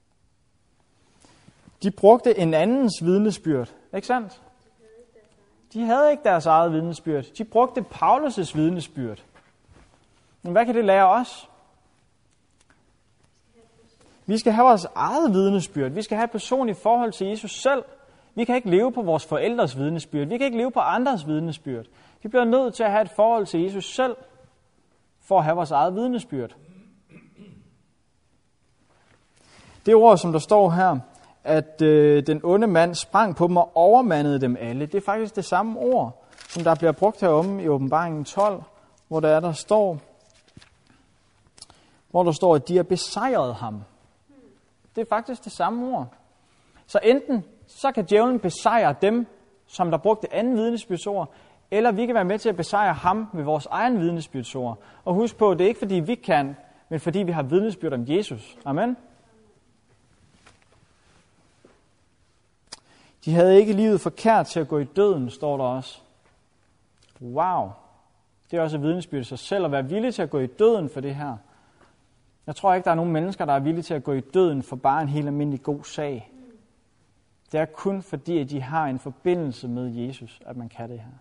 De brugte en andens vidnesbyrd, ikke sandt? De havde ikke deres eget vidnesbyrd. De brugte Paulus' vidnesbyrd. Men hvad kan det lære os? Vi skal have vores eget vidnesbyrd. Vi skal have et personligt forhold til Jesus selv. Vi kan ikke leve på vores forældres vidnesbyrd. Vi kan ikke leve på andres vidnesbyrd. Vi bliver nødt til at have et forhold til Jesus selv, for at have vores eget vidnesbyrd. Det ord, som der står her, at øh, den onde mand sprang på dem og overmandede dem alle, det er faktisk det samme ord, som der bliver brugt heromme i Åbenbaringen tolv, hvor der, er, der står, hvor der står, at de har besejret ham. Det er faktisk det samme ord. Så enten så kan djævlen besejre dem, som der brugte anden vidnesbyrdsord, eller vi kan være med til at besejre ham med vores egen vidnesbyrdsord. Og husk på, det er ikke fordi vi kan, men fordi vi har vidnesbyrd om Jesus. Amen. De havde ikke livet forkert til at gå i døden, står der også. Wow. Det er også et vidnesbyrd i sig selv at være villig til at gå i døden for det her. Jeg tror ikke, der er nogen mennesker, der er villige til at gå i døden for bare en helt almindelig god sag. Det er kun fordi, at de har en forbindelse med Jesus, at man kan det her.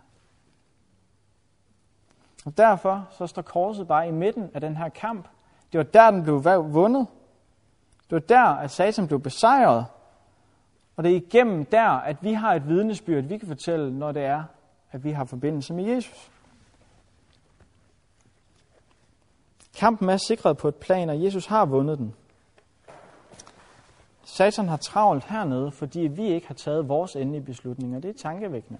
Og derfor så står korset bare i midten af den her kamp. Det var der, den blev vundet. Det var der, at Satan blev besejret. Og det er igennem der, at vi har et vidnesbyrd, vi kan fortælle, når det er, at vi har forbindelse med Jesus. Kampen er sikret på et plan, og Jesus har vundet den. Satan har travlt hernede, fordi vi ikke har taget vores endelige beslutninger. Det er tankevækkende.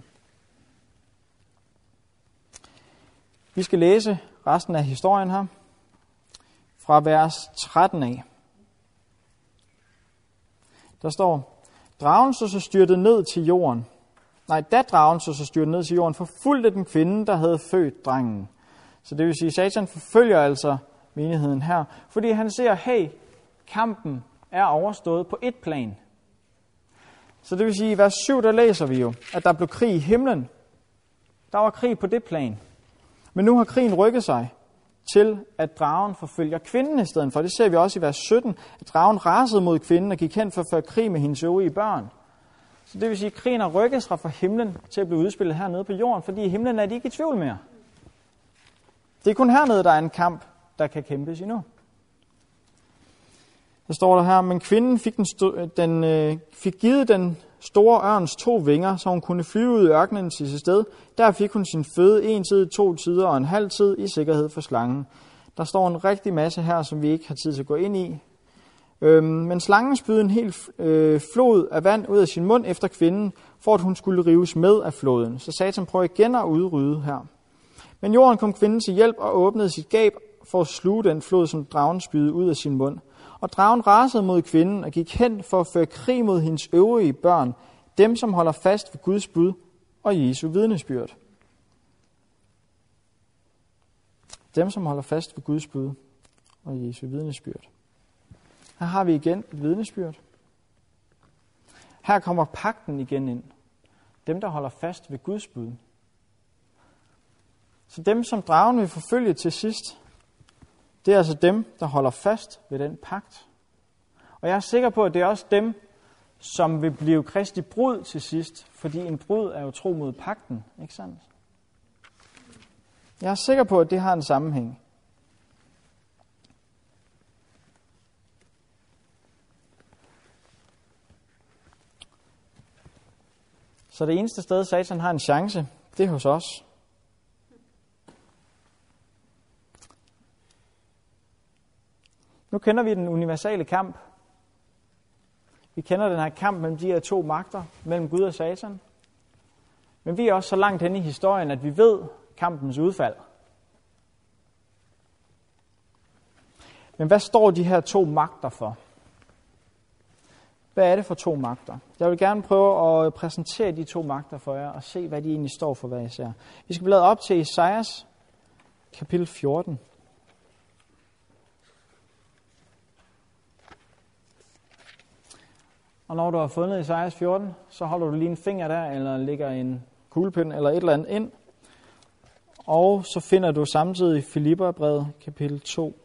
Vi skal læse resten af historien her, fra vers tretten af. Der står, dragen så så styrtet ned til jorden. Nej, da dragen så så styrtet ned til jorden, forfulgte den kvinde, der havde født drengen. Så det vil sige, at Satan forfølger altså menigheden her, fordi han ser, hey, kampen er overstået på et plan. Så det vil sige, i vers syv, der læser vi jo, at der blev krig i himlen. Der var krig på det plan. Men nu har krigen rykket sig til, at dragen forfølger kvinden i stedet for. Det ser vi også i vers sytten, at dragen rasede mod kvinden og gik hen for at føre krig med hendes øvrige børn. Så det vil sige, at krigen har rykket sig fra himlen til at blive udspillet hernede på jorden, fordi i himlen er de ikke i tvivl mere. Det er kun hernede, der er en kamp, der kan kæmpes endnu. Der står der her, men kvinden fik, den sto- den, øh, fik givet den store ørns to vinger, så hun kunne flyve ud i ørkenen til sit sted. Der fik hun sin føde en tid, to tider og en halv tid i sikkerhed for slangen. Der står en rigtig masse her, som vi ikke har tid til at gå ind i. Øhm, men slangen spydede en hel øh, flod af vand ud af sin mund efter kvinden, for at hun skulle rives med af floden. Så Satan prøver igen at udrydde her. Men jorden kom kvinden til hjælp og åbnede sit gab for at sluge den flod, som dragen spydede ud af sin mund. Og dragen rasede mod kvinden og gik hen for at føre krig mod hendes øvrige børn, dem som holder fast ved Guds bud og Jesu vidnesbyrd. Dem som holder fast ved Guds bud og Jesu vidnesbyrd. Her har vi igen et vidnesbyrd. Her kommer pagten igen ind. Dem der holder fast ved Guds bud. Så dem som dragen vil forfølge til sidst, det er altså dem, der holder fast ved den pagt. Og jeg er sikker på, at det er også dem, som vil blive Kristi brud til sidst, fordi en brud er jo tro mod pagten, ikke sandt? Jeg er sikker på, at det har en sammenhæng. Så det eneste sted, Satan har en chance, det er hos os. Nu kender vi den universale kamp. Vi kender den her kamp mellem de her to magter, mellem Gud og Satan. Men vi er også så langt henne i historien, at vi ved kampens udfald. Men hvad står de her to magter for? Hvad er det for to magter? Jeg vil gerne prøve at præsentere de to magter for jer og se, hvad de egentlig står for hver især. Vi skal bladre op til Esajas kapitel fjorten. Og når du har fundet Esajas fjorten, så holder du lige en finger der, eller lægger en kuglepen eller et eller andet ind. Og så finder du samtidig Filipperbrevet kapitel to.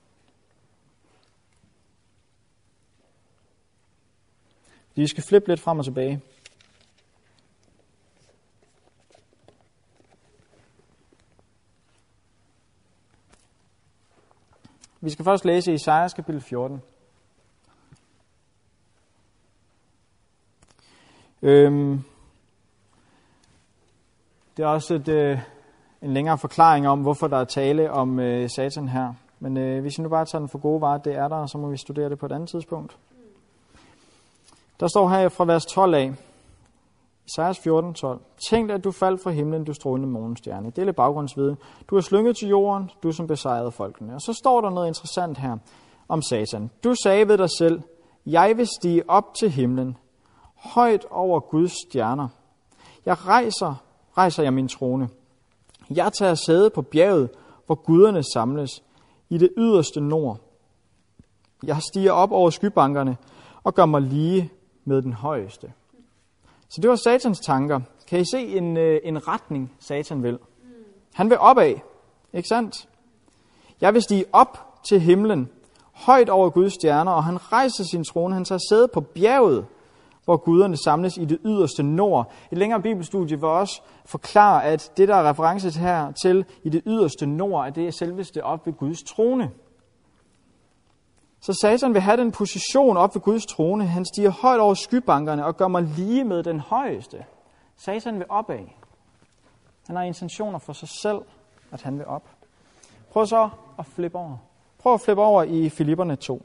Vi skal flippe lidt frem og tilbage. Vi skal først læse Esajas kapitel fjorten. Øhm, det er også et, øh, en længere forklaring om, hvorfor der er tale om øh, Satan her. Men øh, hvis I nu bare tager den for gode varer, det er der, så må vi studere det på et andet tidspunkt. Der står her fra vers tolv af, Esajas fjorten tolv. Tænk, at du faldt fra himlen, du strålende morgenstjerne. Det er lidt baggrundsviden. Du er slynget til jorden, du som besejrede folkene. Og så står der noget interessant her om Satan. Du sagde ved dig selv, jeg vil stige op til himlen, højt over Guds stjerner. Jeg rejser, rejser jeg min trone. Jeg tager sæde på bjerget, hvor guderne samles, i det yderste nord. Jeg stiger op over skybankerne og gør mig lige med den højeste. Så det var Satans tanker. Kan I se en, en retning, Satan vil? Han vil opad, ikke sandt? Jeg vil stige op til himlen, højt over Guds stjerner, og han rejser sin trone. Han tager sæde på bjerget, hvor guderne samles i det yderste nord. Et længere bibelstudie vil også forklare, at det, der er reference til her til i det yderste nord, at det er selveste op ved Guds trone. Så Satan vil have den position op ved Guds trone. Han stiger højt over skybankerne og gør mig lige med den højeste. Satan vil opad. Han har intentioner for sig selv, at han vil op. Prøv så at flippe over. Prøv at flippe over i Filipperne to.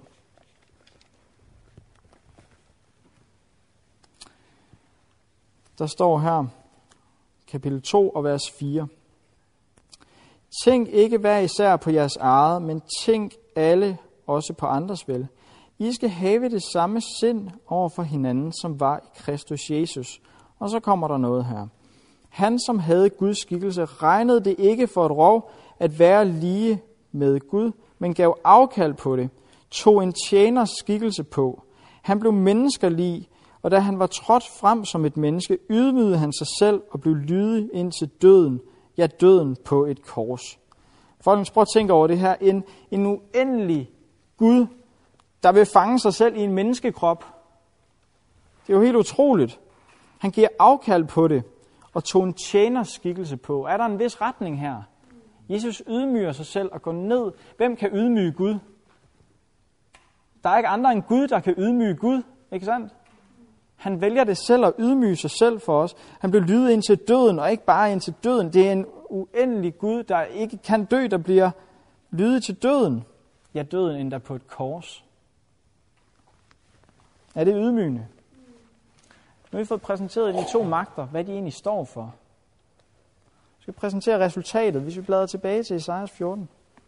Der står her, kapitel to og vers fire. Tænk ikke hver især på jeres eget, men tænk alle også på andres vel. I skal have det samme sind over for hinanden, som var i Kristus Jesus. Og så kommer der noget her. Han, som havde Guds skikkelse, regnede det ikke for et rov at være lige med Gud, men gav afkald på det, tog en tjeners skikkelse på. Han blev menneskelig, og da han var trådt frem som et menneske, ydmygede han sig selv og blev lydig indtil døden, ja døden på et kors. Folkens, prøv at tænke over det her. En, en uendelig Gud, der vil fange sig selv i en menneskekrop. Det er jo helt utroligt. Han giver afkald på det og tog en tjeners skikkelse på. Er der en vis retning her? Jesus ydmyger sig selv og går ned. Hvem kan ydmyge Gud? Der er ikke andre end Gud, der kan ydmyge Gud. Ikke sandt? Han vælger det selv at ydmyge sig selv for os. Han bliver lydet ind til døden, og ikke bare ind til døden. Det er en uendelig Gud, der ikke kan dø, der bliver lydet til døden. Ja, døden endda på et kors. Er det ydmygende? Nu har vi fået præsenteret de to magter, hvad de egentlig står for. Vi skal præsentere resultatet, hvis vi bladrer tilbage til Esajas fjorten.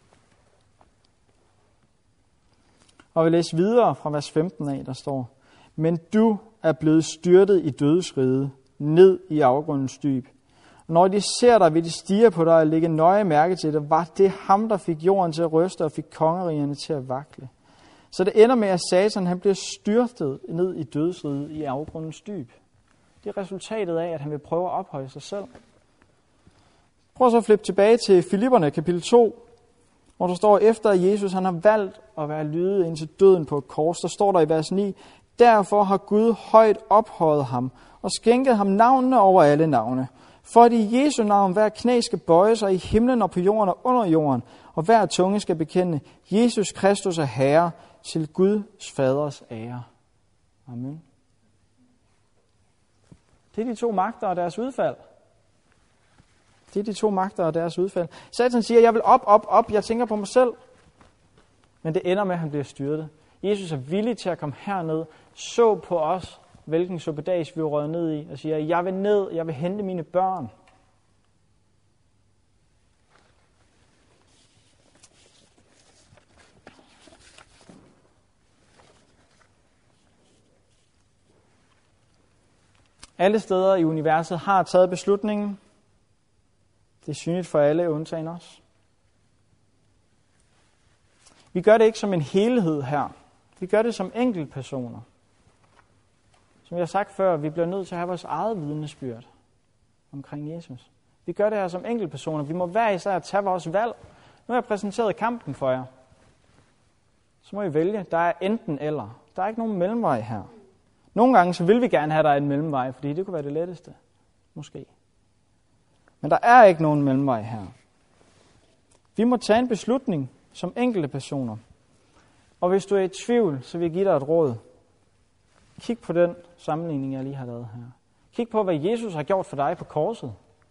Og vi læser videre fra vers femten af, der står: Men du er blevet styrtet i dødsriget, ned i afgrundens dyb. Når de ser dig, vil de stirre på dig og lægge nøje mærke til dig. Var det ham, der fik jorden til at ryste og fik kongerigerne til at vakle? Så det ender med, at Satan han bliver styrtet ned i dødsriget i afgrundens dyb. Det er resultatet af, at han vil prøve at ophøje sig selv. Prøv så at flippe tilbage til Filipperne kapitel to, hvor der står, efter at Jesus han har valgt at være lydig indtil døden på et kors. Der står der i vers ni, derfor har Gud højt ophøjet ham og skænket ham navnene over alle navne. For at i Jesu navn hver knæ skal bøje sig i himlen og på jorden og under jorden, og hver tunge skal bekende, Jesus Kristus er Herre, til Guds faders ære. Amen. Det er de to magter og deres udfald. Det er de to magter og deres udfald. Satan siger, jeg vil op, op, op, jeg tænker på mig selv. Men det ender med, at han bliver styrtet. Jesus er villig til at komme herned, så på os, hvilken suppedags vi er røget ned i, og siger, jeg vil ned, jeg vil hente mine børn. Alle steder i universet har taget beslutningen. Det er synligt for alle, undtagen os. Vi gør det ikke som en helhed her. Vi gør det som enkeltpersoner. Som jeg har sagt før, vi bliver nødt til at have vores eget vidnesbyrd omkring Jesus. Vi gør det her som enkeltpersoner. Vi må hver især tage vores valg. Nu har jeg præsenteret kampen for jer. Så må I vælge. Der er enten eller. Der er ikke nogen mellemvej her. Nogle gange så vil vi gerne have, der er en mellemvej, fordi det kunne være det letteste. Måske. Men der er ikke nogen mellemvej her. Vi må tage en beslutning som enkelte personer. Og hvis du er i tvivl, så vil jeg give dig et råd. Kig på den sammenligning, jeg lige har lavet her. Kig på, hvad Jesus har gjort for dig på korset.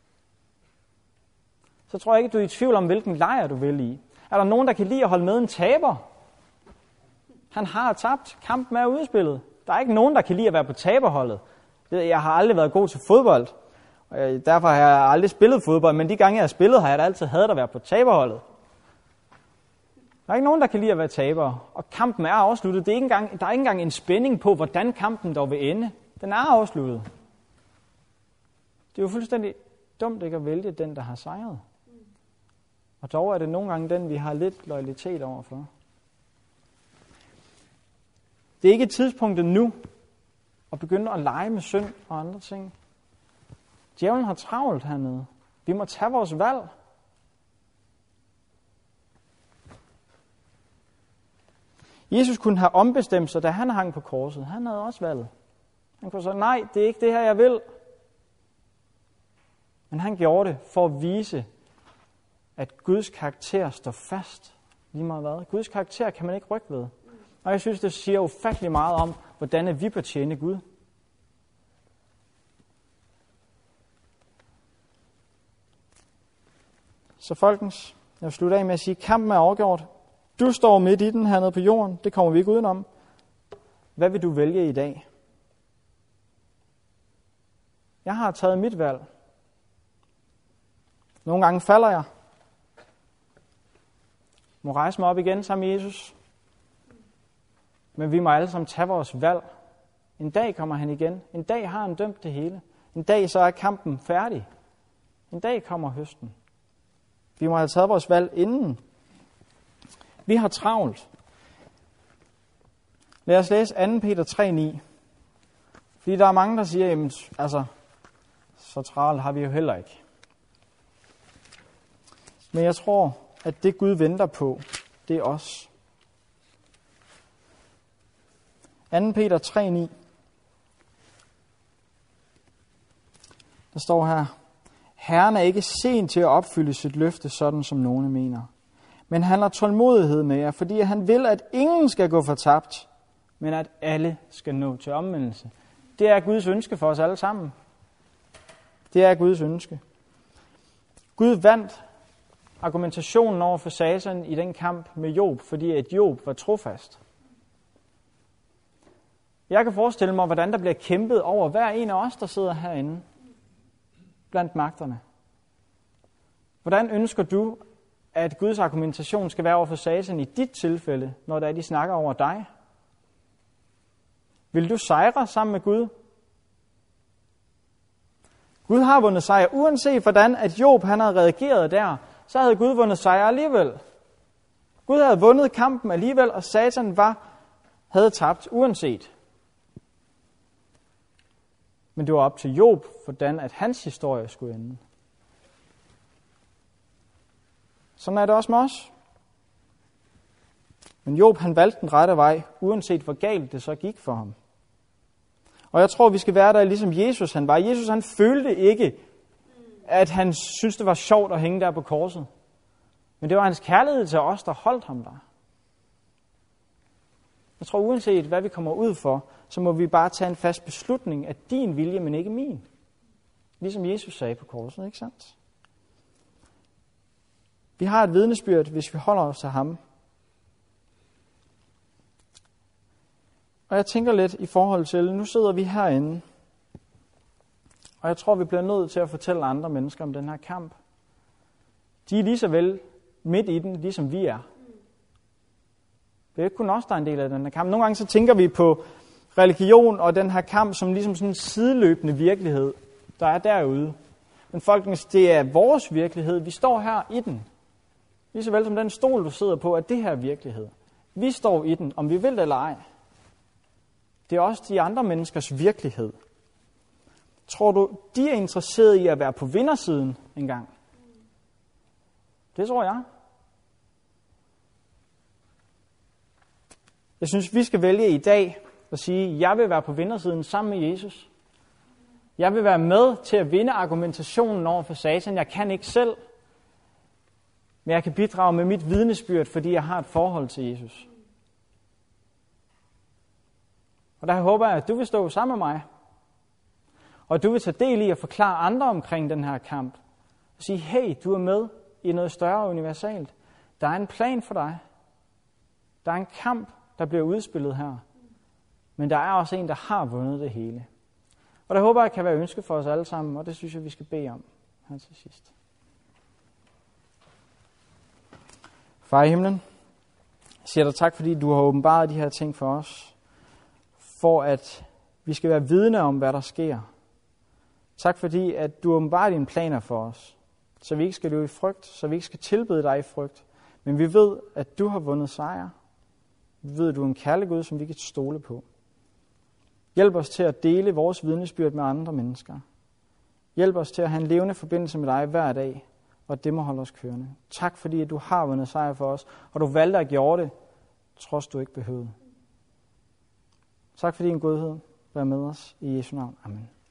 Så tror jeg ikke, du er i tvivl om, hvilken lejr du vil i. Er der nogen, der kan lide at holde med en taber? Han har tabt. Kampen er udspillet. Der er ikke nogen, der kan lide at være på taberholdet. Jeg har aldrig været god til fodbold. Og derfor har jeg aldrig spillet fodbold. Men de gange, jeg har spillet, har jeg da altid hadet at være på taberholdet. Der er ikke nogen, der kan lide at være taber. Og kampen er afsluttet. Det er ikke engang, der er ikke engang en spænding på, hvordan kampen dog vil ende. Den er afsluttet. Det er jo fuldstændig dumt ikke at vælge den, der har sejret. Og dog er det nogle gange den, vi har lidt loyalitet overfor. Det er ikke tidspunktet nu at begynde at lege med synd og andre ting. Djævlen har travlt hernede. Vi må tage vores valg. Jesus kunne have ombestemt sig, da han hang på korset. Han havde også valget. Han kunne sige, nej, det er ikke det her, jeg vil. Men han gjorde det for at vise, at Guds karakter står fast. Lige meget hvad. Guds karakter kan man ikke rykke ved. Og jeg synes, det siger ufattelig meget om, hvordan vi bør tjene Gud. Så folkens, jeg vil slutte af med at sige, at kampen er afgjort. Du står midt i den hernede på jorden. Det kommer vi ikke udenom. Hvad vil du vælge i dag? Jeg har taget mit valg. Nogle gange falder jeg. Må rejse mig op igen sammen med Jesus. Men vi må alle sammen tage vores valg. En dag kommer han igen. En dag har han dømt det hele. En dag så er kampen færdig. En dag kommer høsten. Vi må have taget vores valg inden. Vi har travlt. Lad os læse anden Peter tre ni. Fordi der er mange, der siger, jamen, altså, så travlt har vi jo heller ikke. Men jeg tror, at det Gud venter på, det er os. anden Peter tre ni. Der står her, Herren er ikke sen til at opfylde sit løfte, sådan som nogle mener. Men han har tålmodighed med jer, fordi han vil, at ingen skal gå fortabt, men at alle skal nå til omvendelse. Det er Guds ønske for os alle sammen. Det er Guds ønske. Gud vandt argumentationen over for Satan i den kamp med Job, fordi at Job var trofast. Jeg kan forestille mig, hvordan der bliver kæmpet over hver en af os, der sidder herinde blandt magterne. Hvordan ønsker du, at Guds argumentation skal være over for Satan i dit tilfælde, når der er, de snakker over dig? Vil du sejre sammen med Gud? Gud har vundet sejr. Uanset hvordan at Job han havde reageret der, så havde Gud vundet sejr alligevel. Gud havde vundet kampen alligevel, og Satan var, havde tabt uanset. Men det var op til Job, hvordan at hans historie skulle ende. Sådan er det også med os. Men Job han valgte den rette vej, uanset hvor galt det så gik for ham. Og jeg tror, vi skal være der, ligesom Jesus han var. Jesus han følte ikke, at han syntes, det var sjovt at hænge der på korset. Men det var hans kærlighed til os, der holdt ham der. Jeg tror, uanset hvad vi kommer ud for, så må vi bare tage en fast beslutning af din vilje, men ikke min. Ligesom Jesus sagde på korset, ikke sandt? Vi har et vidnesbyrd, hvis vi holder os til ham. Og jeg tænker lidt i forhold til, nu sidder vi herinde, og jeg tror, vi bliver nødt til at fortælle andre mennesker om den her kamp. De er lige så vel midt i den, ligesom vi er. Det er ikke kun os, der er en del af den her kamp. Nogle gange så tænker vi på religion og den her kamp som ligesom sådan en sideløbende virkelighed, der er derude. Men folkens, det er vores virkelighed. Vi står her i den. Lige så vel som den stol, du sidder på, er det her virkelighed. Vi står i den, om vi vil det eller ej. Det er også de andre menneskers virkelighed. Tror du, de er interesserede i at være på vindersiden engang? Det tror jeg. Jeg synes, vi skal vælge i dag at sige, at jeg vil være på vindersiden sammen med Jesus. Jeg vil være med til at vinde argumentationen over for Satan. Jeg kan ikke selv, men jeg kan bidrage med mit vidnesbyrd, fordi jeg har et forhold til Jesus. Og der håber jeg, at du vil stå sammen med mig. Og du vil tage del i at forklare andre omkring den her kamp. Og sige, hey, du er med i noget større universalt. Der er en plan for dig. Der er en kamp, der bliver udspillet her. Men der er også en, der har vundet det hele. Og der håber jeg, kan være ønske for os alle sammen, og det synes jeg, vi skal bede om her til sidst. Far i himlen, jeg siger dig tak, fordi du har åbenbaret de her ting for os, for at vi skal være vidne om, hvad der sker. Tak fordi, at du åbenbarer dine planer for os, så vi ikke skal løbe i frygt, så vi ikke skal tilbede dig i frygt. Men vi ved, at du har vundet sejr. Vi ved, at du er en kærlig Gud, som vi kan stole på. Hjælp os til at dele vores vidnesbyrd med andre mennesker. Hjælp os til at have en levende forbindelse med dig hver dag, og det må holde os kørende. Tak fordi, at du har vundet sejr for os, og du valgte at gøre det, trods du ikke behøvede. Tak for din godhed. Vær med os i Jesu navn. Amen.